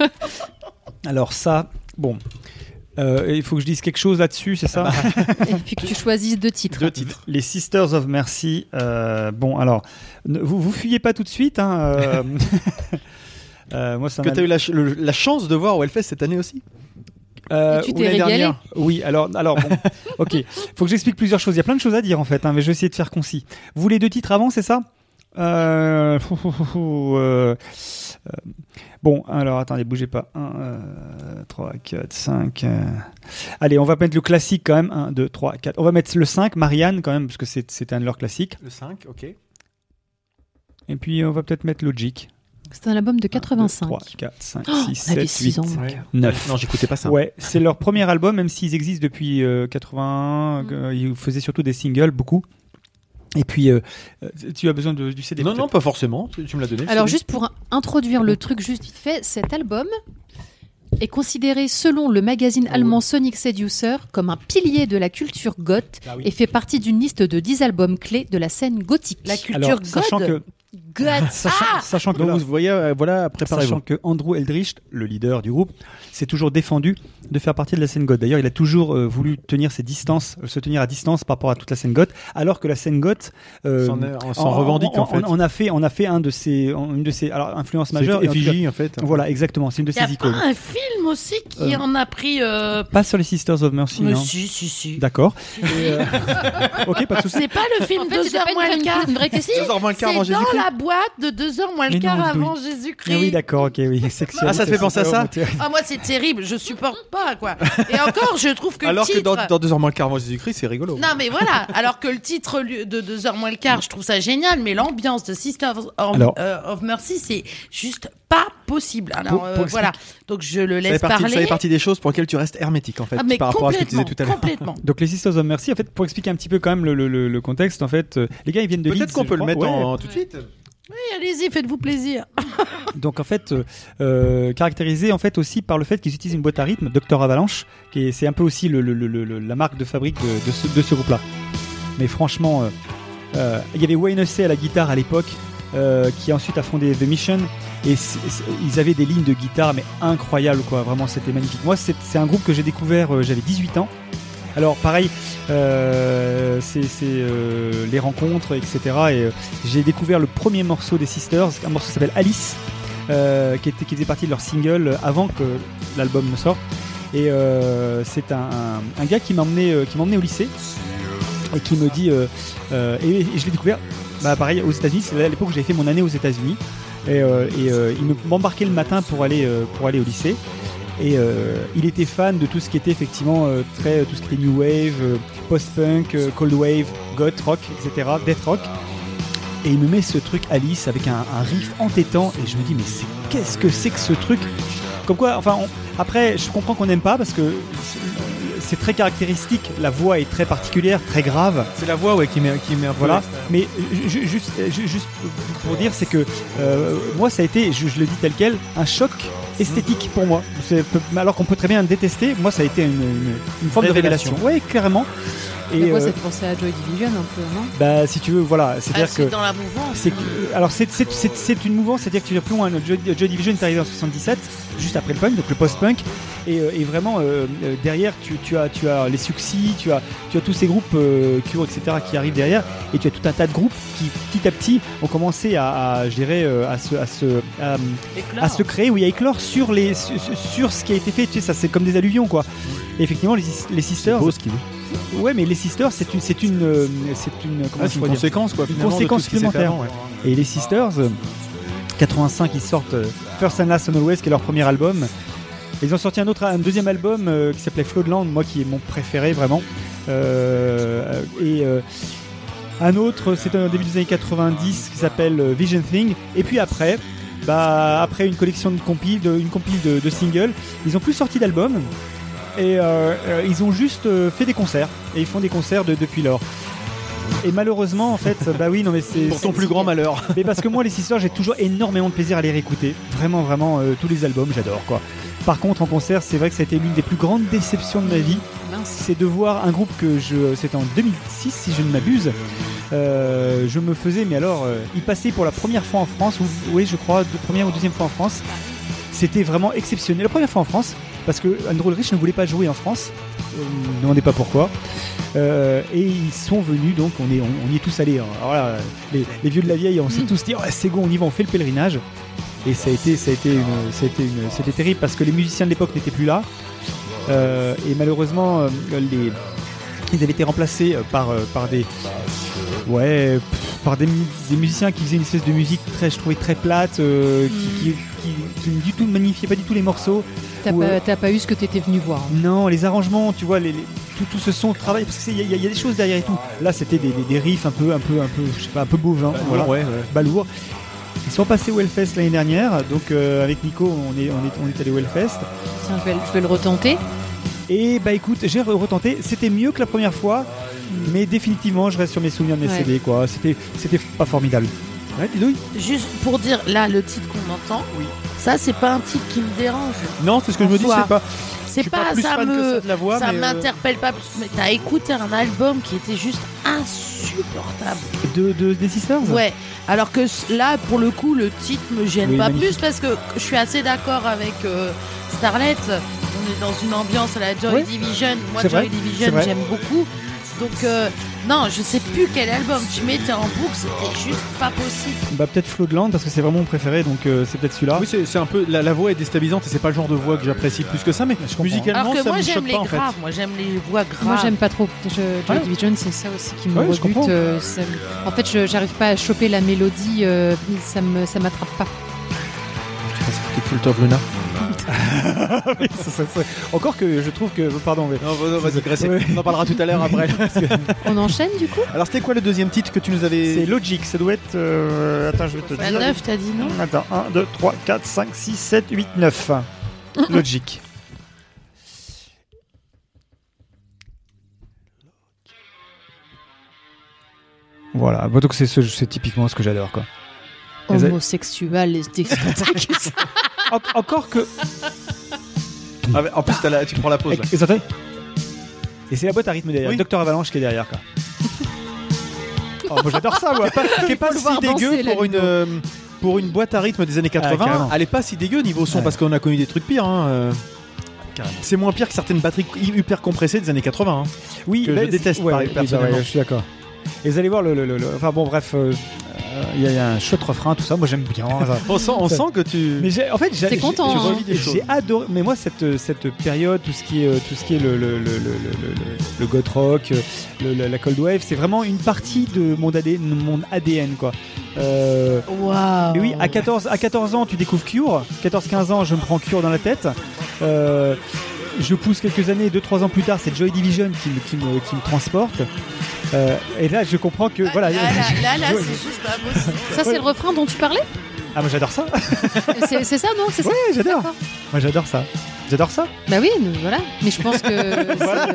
Alors ça, bon, euh, il faut que je dise quelque chose là-dessus, c'est ça? Et puis que tu choisisses deux titres. Deux titres. Les Sisters of Mercy. euh, bon, alors, ne- vous vous fuyez pas tout de suite. Hein, euh, euh, moi, ça Que m'a- tu as eu la, ch- le- la chance de voir au Hellfest cette année aussi. Euh, Et tu ou t'es l'année régalé dernière. Oui, alors, alors bon, ok. Faut que j'explique plusieurs choses. Il y a plein de choses à dire en fait, hein, mais je vais essayer de faire concis. Vous voulez deux titres avant, c'est ça? euh... fou, fou, fou, fou, euh, euh, Bon, alors attendez, bougez pas. un, trois, quatre, cinq. Allez, on va mettre le classique quand même. un, deux, trois, quatre. On va mettre le cinq, Marianne quand même, parce que c'est, c'est un de leurs classiques. Le cinq, ok. Et puis on va peut-être mettre Logic. C'est un album de quatre-vingt-cinq. trois, quatre, cinq, Oh, six, on avait sept, six huit, ans. moi. neuf. Non, j'écoutais pas ça. Ouais, c'est leur premier album, même s'ils existent depuis euh, quatre-vingt-un. euh, ils faisaient surtout des singles, beaucoup. Et puis, euh, euh, tu as besoin de, du C D? Non, peut-être non, pas forcément. Tu, tu me l'as donné. Alors c'est juste pour introduire le truc juste vite fait, cet album est considéré selon le magazine Oh, allemand Sonic Seducer comme un pilier de la culture goth Ah oui. et fait partie d'une liste de dix albums clés de la scène gothique. La culture Alors, god. sachant que, Goth. sachant, sachant que, Donc là, vous voyez, euh, voilà, préparez-vous. sachant que Andrew Eldritch, le leader du groupe, s'est toujours défendu de faire partie de la scène goth. D'ailleurs, il a toujours euh, voulu tenir ses distances, euh, se tenir à distance par rapport à toute la scène goth, alors que la scène goth euh, S'en est- on s'en revendique, en fait. On a fait, on a fait un de ses, en- une de ses, alors influences majeures. C'est et en tout cas- effigie, en fait. Voilà, exactement. C'est une de Il y a ses pas icônes. un film aussi qui Euh, en a pris. Euh... Pas sur les Sisters of Mercy. Mais hein. si, si, si. D'accord. Et, euh, ok, pas de souci. C'est pas le film En fait, deux c'était heures pas une moins vraie- le quart. une vraie question. Si, deux heures moins le quart c'est avant dans Jésus-Christ. la boîte de deux heures moins le Mais quart non, avant oui. Jésus-Christ. Ah oui, d'accord, ok, oui. Sexualité, Ah, ça te fait penser à ça c'est- Ah, moi, c'est terrible. Je supporte pas, quoi. Et encore, je trouve que Alors le que titre... dans, dans deux heures moins le quart avant Jésus-Christ, c'est rigolo. Non, mais voilà. Alors que le titre lu- de deux heures moins le quart, je trouve ça génial. Mais l'ambiance de Sisters of, Alors- euh, of Mercy, c'est juste pas possible. Alors, Pour- euh, pour voilà. Donc, je le Ça fait, laisse partie, ça parler. fait partie des choses pour lesquelles tu restes hermétique, en fait, Ah, mais par rapport à ce que tu disais complètement, tout à l'heure. complètement. Donc les Sisters of Mercy, en fait, pour expliquer un petit peu quand même le, le- le- le contexte, en fait, euh, les gars ils viennent de Leeds. Peut-être qu'on je peut le crois. mettre Ouais. en, tout de suite. Oui, allez-y, faites-vous plaisir. Donc en fait, euh, euh, caractérisé en fait aussi par le fait qu'ils utilisent une boîte à rythme, docteur Avalanche, qui est, c'est un peu aussi le, le- le- le- la marque de fabrique de, de ce, de ce groupe-là. Mais franchement, euh, euh, il y avait Wayne Hussey à la guitare à l'époque, euh, qui ensuite a fondé The Mission, et c'est- c'est- ils avaient des lignes de guitare mais incroyables quoi. Vraiment, c'était magnifique. Moi, c'est, c'est un groupe que j'ai découvert, euh, j'avais dix-huit ans. Alors pareil, euh, c'est, c'est euh, les rencontres, et cetera. Et euh, j'ai découvert le premier morceau des Sisters, un morceau qui s'appelle Alice, euh, qui, était, qui faisait partie de leur single avant que l'album ne sorte. Et euh, c'est un, un, un gars qui m'a emmené, euh, qui m'a emmené au lycée et qui me dit, euh, euh, et, et je l'ai découvert, bah pareil aux États-Unis. C'est à l'époque où j'avais fait mon année aux États-Unis. Et, euh, et euh, il me- m'embarquait le matin pour aller, euh, pour aller au lycée. Et euh, il était fan de tout ce qui était effectivement euh, très, tout ce qui était new wave, euh, post-punk, euh, cold wave, goth rock, et cetera, death rock. Et il me met ce truc Alice avec un, un riff entêtant et je me dis mais c'est, qu'est-ce que c'est que ce truc? Comme quoi, enfin, on- après je comprends qu'on n'aime pas parce que c'est- c'est très caractéristique, la voix est très particulière, très grave. C'est la voix ouais, qui met, qui met un peu. Voilà, l'extérieur. mais ju- ju- juste, ju- juste pour dire, c'est que euh, moi, ça a été, je, je le dis tel quel, un choc esthétique pour moi. C'est- alors qu'on peut très bien le détester, moi, ça a été une, une- une forme Révélation. de révélation. Oui, clairement. Mais Et moi, euh, ça fait penser à Joy Division un peu, non? bah, si tu veux, voilà, Ah, c'est-à-dire c'est que. dans la mouvance. C'est que- alors c'est, c'est, c'est, c'est une mouvance, c'est-à-dire que tu vas plus loin. Joy, Joy Division est arrivé en soixante-dix-sept, juste après le punk, donc le post-punk, et, euh, et vraiment euh, euh, derrière tu, tu as tu as les Suxy, tu as tu as tous ces groupes euh, Cure, et cetera qui arrivent derrière, et tu as tout un tas de groupes qui petit à petit ont commencé à, à je dirais euh, à se à se à, Éclore. à se créer, oui, à éclore sur les sur, sur ce qui a été fait. Tu sais, ça c'est comme des alluvions quoi. Et effectivement les, les Sisters. C'est beau ce qu'il dit. Ouais, mais les Sisters, c'est une, c'est une, euh, c'est une, comment Ah, je c'est une pourrais dire conséquence quoi. Une finalement, de conséquence tout ce qui s'est fait supplémentaire. avant, ouais. Et les Sisters, euh, quatre-vingt-cinq, ils sortent euh, First and Last and Always, qui est leur premier album. Et ils ont sorti un autre, un deuxième album euh, qui s'appelait Floodland, moi qui est mon préféré vraiment. Euh, et euh, un autre, c'était au début des années quatre-vingt-dix, qui s'appelle euh, Vision Thing. Et puis après, bah après une collection de compiles, de, une compile de, de singles, ils ont plus sorti d'album. Et euh, euh, ils ont juste euh, fait des concerts. Et ils font des concerts de, depuis lors. Et malheureusement, en fait, bah oui, non mais c'est Pour ton plus grand malheur. mais parce que moi, les Sisters, j'ai toujours énormément de plaisir à les réécouter. Vraiment, vraiment, euh, tous les albums, j'adore quoi. Par contre, en concert, c'est vrai que ça a été l'une des plus grandes déceptions de ma vie. Mince. C'est de voir un groupe que je. C'était en deux mille six, si je ne m'abuse. Euh, je me faisais, mais alors, euh, il passait pour la première fois en France, ou oui, je crois, de première ou deuxième fois en France. C'était vraiment exceptionnel. La première fois en France, parce que Andrew Rich ne voulait pas jouer en France. Euh, ne me demandez pas pourquoi. Euh, et ils sont venus, donc on, est, on, on y est tous allés. Hein. Alors là, les, les vieux de la vieille, on s'est tous dit, oh, c'est bon, on y va, on fait le pèlerinage. Et ça a été, ça a été, une, ça a été une, c'était terrible parce que les musiciens de l'époque n'étaient plus là. Euh, et malheureusement, euh, les, ils avaient été remplacés par, euh, par des, ouais, pff, par des, des musiciens qui faisaient une espèce de musique très, je trouvais très plate, euh, qui, qui, qui, qui du tout ne magnifiait pas du tout les morceaux. T'as Ou, pas, euh, t'as pas eu ce que t'étais venu voir. Non, les arrangements, tu vois, les, les- tout, tout ce son, travail, parce qu'il y, a- y a- y a des choses derrière et tout. Là, c'était des, des, des riffs un peu, un peu, un peu, je sais pas, un peu bovins, voilà, Ouais, ouais. balourds. Ils sont passés au Hellfest l'année dernière, donc euh, avec Nico, on est, on est, on est allé au Hellfest. Tiens, je vais, le- je vais le retenter. Et bah écoute, j'ai re- retenté. C'était mieux que la première fois, mais définitivement, je reste sur mes souvenirs de mes Ouais. C D, quoi. C'était, c'était pas formidable. Ouais, Didouille. Juste pour dire, là, le titre qu'on entend, Oui. ça, c'est pas un titre qui me dérange. Non, c'est ce que je me dis, Bonsoir. c'est pas. Je C'est suis pas, plus ça fan que me, ça de la voix, ça mais, euh, m'interpelle pas plus. Mais t'as écouté un album qui était juste insupportable. De, de, des Sisters. Ouais. Alors que s- là, pour le coup, le titre me gêne Oui, pas magnifique. plus parce que je suis assez d'accord avec euh, Starlet. On est dans une ambiance à la Joy Ouais. Division. Moi, C'est Joy vrai, Division, c'est vrai. j'aime beaucoup. Donc, euh, non, je sais plus quel album tu mettais en boucle. C'était juste pas possible. Bah peut-être Floodland parce que c'est vraiment mon préféré, donc euh, c'est peut-être celui-là. Oui, c'est c'est un peu. La, la voix est déstabilisante et c'est pas le genre de voix que j'apprécie plus que ça, mais Je comprends. musicalement, Alors que ça moi, me j'aime choque les pas en fait. graves. Moi, j'aime les voix graves. Moi, j'aime pas trop. Je, Joy Ouais. Division, c'est ça aussi qui me Ouais, je comprends. rebute. euh, ça me- En fait, je j'arrive pas à choper la mélodie. euh, ça me, ça m'attrape pas. C'était Cult of Luna. Oui, ça, ça, ça. Encore que je trouve que. Pardon, mais. Non, vas- vas-y, Grèce, Ouais. on en parlera tout à l'heure après. On enchaîne du coup. Alors, c'était quoi le deuxième titre que tu nous avais. C'est Logic, ça doit être. euh, Attends, je vais te Bah, dire. neuf, t'as dit non? Attends, un, deux, trois, quatre, cinq, six, sept, huit, neuf. Logic. Voilà, bah, donc c'est, ce- c'est typiquement ce que j'adore, quoi. Les a- Homosexuel, les discothèques. En- encore que. Ah, mais en plus, t'as la- tu prends la pause. là. Et, et, attendez. Et c'est la boîte à rythme derrière, Oui. Docteur Avalanche qui est derrière, quoi. Oh, moi j'adore ça, moi. Qui est pas faut le si voir dégueu danser, là, pour une. Ludo. euh, Pour une boîte à rythme des années quatre-vingts, carrément. elle est pas si dégueu niveau son Ouais. parce qu'on a connu des trucs pires. Hein. euh. Carrément. C'est moins pire que certaines batteries hyper compressées des années quatre-vingts. hein. Oui, que mais je c'est- déteste, ouais, pareil, oui, bah, personnellement. ouais, je suis d'accord. Et vous allez voir le, le- le- le- enfin bon bref, euh, euh, il y, a- il y a un chouette refrain, tout ça. Moi j'aime bien. ça. On sent, on Ça- sdes que tu. Mais j'ai, en fait, j'ai, T'es j'ai- content, j'ai- hein. Envie des choses. j'ai adoré. Mais moi cette cette période, tout ce qui est euh, tout ce qui est le le le le, le, le- le goth rock, euh, le- le- la cold wave, c'est vraiment une partie de mon A D N, mon A D N quoi. Euh, Waouh. Et oui, à quatorze, à quatorze ans, tu découvres Cure. quatorze quinze ans, je me prends Cure dans la tête. Euh, je pousse quelques années, deux trois ans plus tard, c'est Joy Division qui, me- qui, me, qui me transporte. Euh, et là, je comprends que. Voilà. Là, là, là, là, Ouais. c'est juste pas possible. Ça, c'est le refrain dont tu parlais. Ah, moi j'adore ça. C'est c'est ça, non? C'est ça. Ouais, j'adore. D'accord. Moi j'adore ça. J'adore ça. Bah oui, nous, voilà. Mais je pense que. c'est-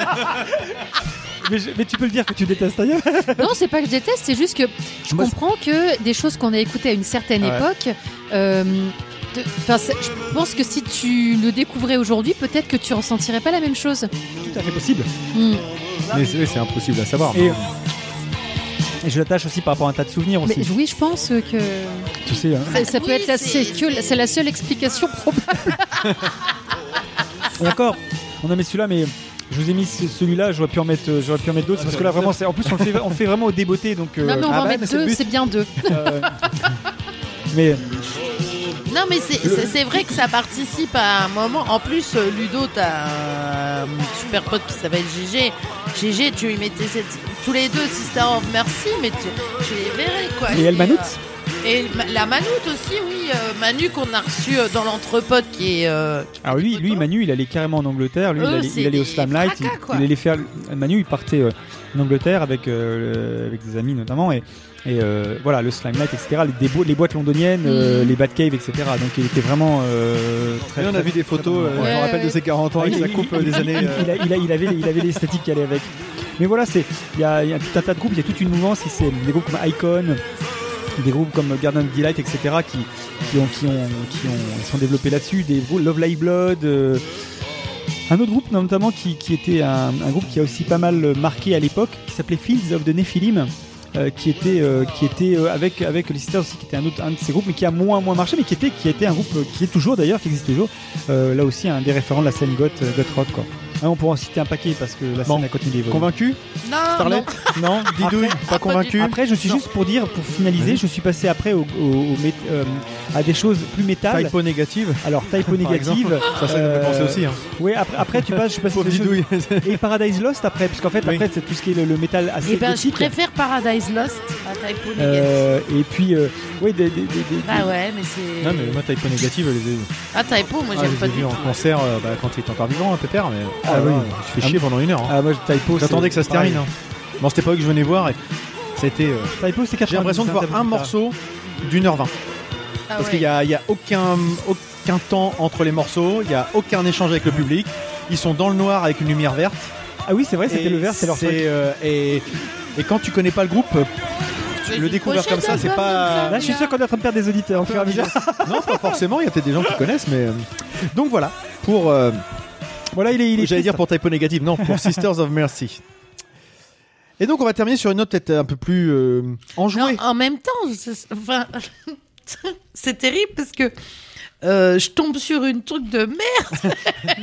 Mais, je- mais tu peux le dire que tu détestes ailleurs. Non, c'est pas que je déteste, c'est juste que je Moi, comprends que des choses qu'on a écoutées à une certaine Ouais. époque. euh, de- Enfin, c'est- je pense que si tu le découvrais aujourd'hui, peut-être que tu ressentirais pas la même chose. Tout à fait possible. Hmm. Mais c'est, c'est impossible à savoir. Et, et je l'attache aussi par rapport à un tas de souvenirs aussi. Mais oui, je pense que Tu sais. Hein. ça, ça peut Oui, être la, c'est- c'est que- c'est la seule explication probable. Et encore, on a mis celui-là, mais je vous ai mis ce- celui-là. J'aurais pu en mettre, euh, j'aurais pu en mettre d'autres parce que là vraiment, c'est, en plus on le fait, on le fait vraiment au débeauté, donc. euh, Non, mais on ah va en bah, mettre mais c'est le deux, but. c'est bien deux. euh, mais Non, mais c'est, c'est, c'est vrai que ça participe à un moment. En plus, euh, Ludo, t'as un super pote qui s'appelle G G. G G, tu lui mettais cette- tous les deux Sister of Mercy, mais tu, tu les verrais quoi. et El Manout. Et ma- la Manoute aussi, oui. euh, Manu qu'on a reçu euh, dans l'entrepote qui est. euh, qui Alors fait des lui, lui photos. Manu, il allait carrément en Angleterre. Lui, Eux, il allait, c'est il allait au des Slamlight. Il, fracas, quoi. il allait faire. Manu, il partait euh, en Angleterre avec euh, le- avec des amis notamment et et euh, voilà le Slamlight, et cetera. Les, des bo- les boîtes londoniennes, euh, Mhm. les Batcave, et cetera. Donc il était vraiment euh, très. Et on a très- vu des très photos, bon. euh, Ouais, je me rappelle ouais. de ses quarante ans avec Il- sa il- coupe euh, il- des années. il, euh, il a- il a- il avait, il avait l'esthétique qui allait avec. Mais voilà, c'est il y a, il y a tout un tas de groupes, il y a toute une mouvance. Et c'est des groupes comme Icon, des groupes comme Garden of Delight, et cetera. qui qui ont qui ont qui ont ils sont développés là-dessus. Des groupes Love Live Blood. euh, un autre groupe notamment qui, qui était un, un groupe qui a aussi pas mal marqué à l'époque, qui s'appelait Fields of the Nephilim. Euh, qui était euh, qui était euh, avec avec les Sisters aussi, qui était un autre un de ces groupes mais qui a moins moins marché, mais qui était qui était un groupe euh, qui est toujours d'ailleurs, qui existe toujours, euh, là aussi un des référents de la scène goth euh, goth rock quoi. Hein, on pourra en citer un paquet parce que la Bon. scène a continué d'évoluer. Convaincu Non, Starlet non. Non, Didouille, Après- pas convaincu. Après, je suis Non. juste pour dire, pour finaliser, Oui. je suis passé après au, au- au mét- euh, à des choses plus métal. Typo négative. Alors typo Par négative. exemple. Ça, ça nous fait penser aussi. Hein. Oui, après, après tu passes, je suis passé Pauvre sur des choses- Didouille. et Paradise Lost après, parce qu'en fait Oui. après c'est tout ce qui est le, le métal assez Eh ben, je gothique. préfère Paradise Lost à Typo Negative. Euh, et puis, euh, oui, des, des, des, des- Bah ouais, mais c'est. Non, mais moi, Typo négative, je les ai Ah, Typo, moi ah, j'aime je pas les ai du vus tout. en concert euh, bah, quand il était encore vivant, un pépère. Mais Ah oh là oui. là, je fais chier pendant une heure. hein. Ah, moi, typo. J'attendais c'est que ça se pareil. termine. Hein. Bon, c'était pas eux que je venais voir et ça a été. euh, Typo, c'est J'ai l'impression de voir un morceau d'une heure vingt. Ah Parce ouais. qu'il y a, il y a aucun, aucun temps entre les morceaux, il y a aucun échange avec le public. Ils sont dans le noir avec une lumière verte. Ah oui, c'est vrai, c'était Et le vert, c'est leur truc. euh, et, et quand tu connais pas le groupe, euh, Mais le du découvrir prochain comme ça, c'est album, pas. comme Là, je suis sûr qu'on est en train de perdre des auditeurs au fur et à mesure. Non, pas forcément, il y a peut-être des gens qui connaissent, mais. euh, Donc voilà, pour. euh, Voilà, il est. Il est J'allais triste. dire pour Typo Négative, non, pour Sisters of Mercy. Et donc on va terminer sur une note peut-être un peu plus euh, enjouée. Non, en même temps, c'est- enfin, c'est terrible parce que euh, je tombe sur une truc de merde.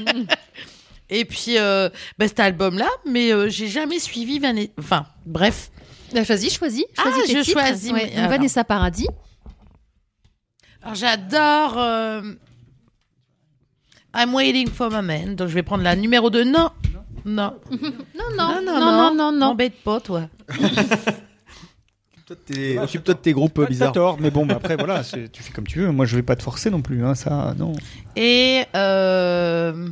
Et puis, euh, bah, cet album-là, mais euh, j'ai jamais suivi Vanessa. Enfin, bref. Bah, Choisis, choisis. Ah, choisis tes je titres. choisis, Ouais, mais- donc alors. Vanessa Paradis. Alors, j'adore euh, I'm Waiting for My Man. Donc, je vais prendre la numéro deux. Non. Non. Non, non, non, non, non, non. M'embête pas, toi. Toi, t'es- Occupe-toi de tes groupes euh, T'as bizarres. tort, mais bon, bah, après, voilà, c'est- tu fais comme tu veux. Moi, je vais pas te forcer non plus, hein, ça, non. Et euh,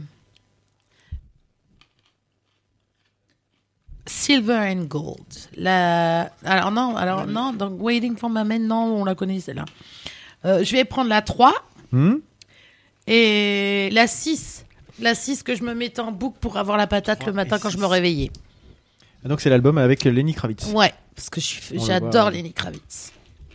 Silver and Gold. La... Alors non, alors non, donc Waiting for My Man, non, on la connaît celle-là. Euh, je vais prendre la trois Hmm et la six. La six que je me mettais en boucle pour avoir la patate le matin quand je me réveillais. Donc c'est l'album avec Lenny Kravitz. Ouais, parce que je suis- On le j'adore voit. Lenny Kravitz.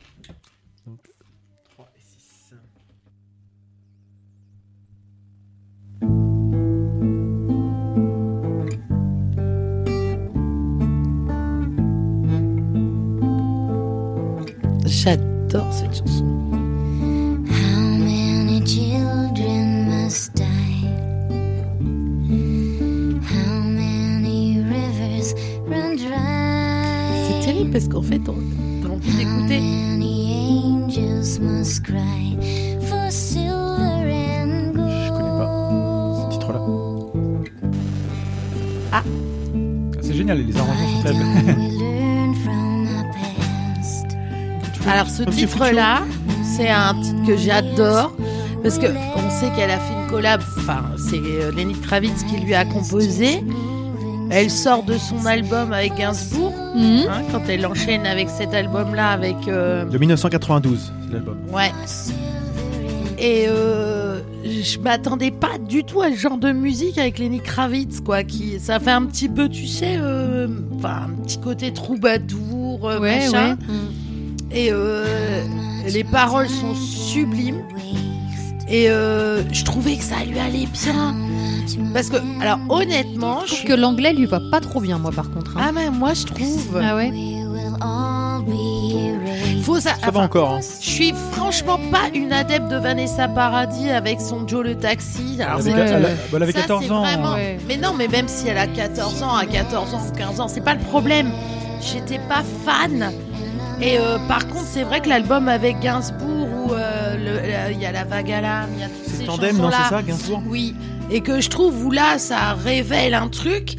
J'adore cette chanson. How many children must die? How many rivers run dry? C'est terrible parce qu'en fait, on on a envie How d'écouter. many angels must cry for silver and gold? Je connais pas ce titre-là. C'est génial, les arrangements sont Why terribles. don't we learn from our past? Alors ce Un petit titre-là, c'est un titre que j'adore parce que on sait qu'elle a fait une collab. Enfin, c'est euh, Lenny Kravitz qui lui a composé. Elle sort de son album avec Gainsbourg, Mhm. hein, quand elle enchaîne avec cet album-là avec. euh, De dix-neuf cent quatre-vingt-douze, c'est l'album. Ouais. Et euh, je m'attendais pas du tout à ce genre de musique avec Lenny Kravitz, quoi. Qui, ça fait un petit peu, tu sais, euh, enfin, un petit côté troubadour, euh, Ouais, machin. ouais. Mhm. Et euh, les paroles sont sublimes. Et euh, je trouvais que ça lui allait bien. Parce que, alors honnêtement, je Je trouve suis... que l'anglais lui va pas trop bien, moi, par contre. hein. Ah mais moi je trouve... Ah ouais. We will all be erased. Faut ça... Ça va encore. Hein. Je suis franchement pas une adepte de Vanessa Paradis avec son Joe le taxi. Alors, Elle c'est- avait, Ouais. elle a- bah, elle avait ça, quatorze c'est ans. vraiment- hein. Ouais. Mais non, mais même si elle a quatorze ans, à quatorze ans ou quinze ans, c'est pas le problème. J'étais pas fan. Et euh, par contre, c'est vrai que l'album avec Gainsbourg, où euh, le- la- il y a la vague à l'âme, il y a toutes ces Tandem, non, chansons-là. c'est ça, Gainsbourg Oui. Et que je trouve où là, ça révèle un truc.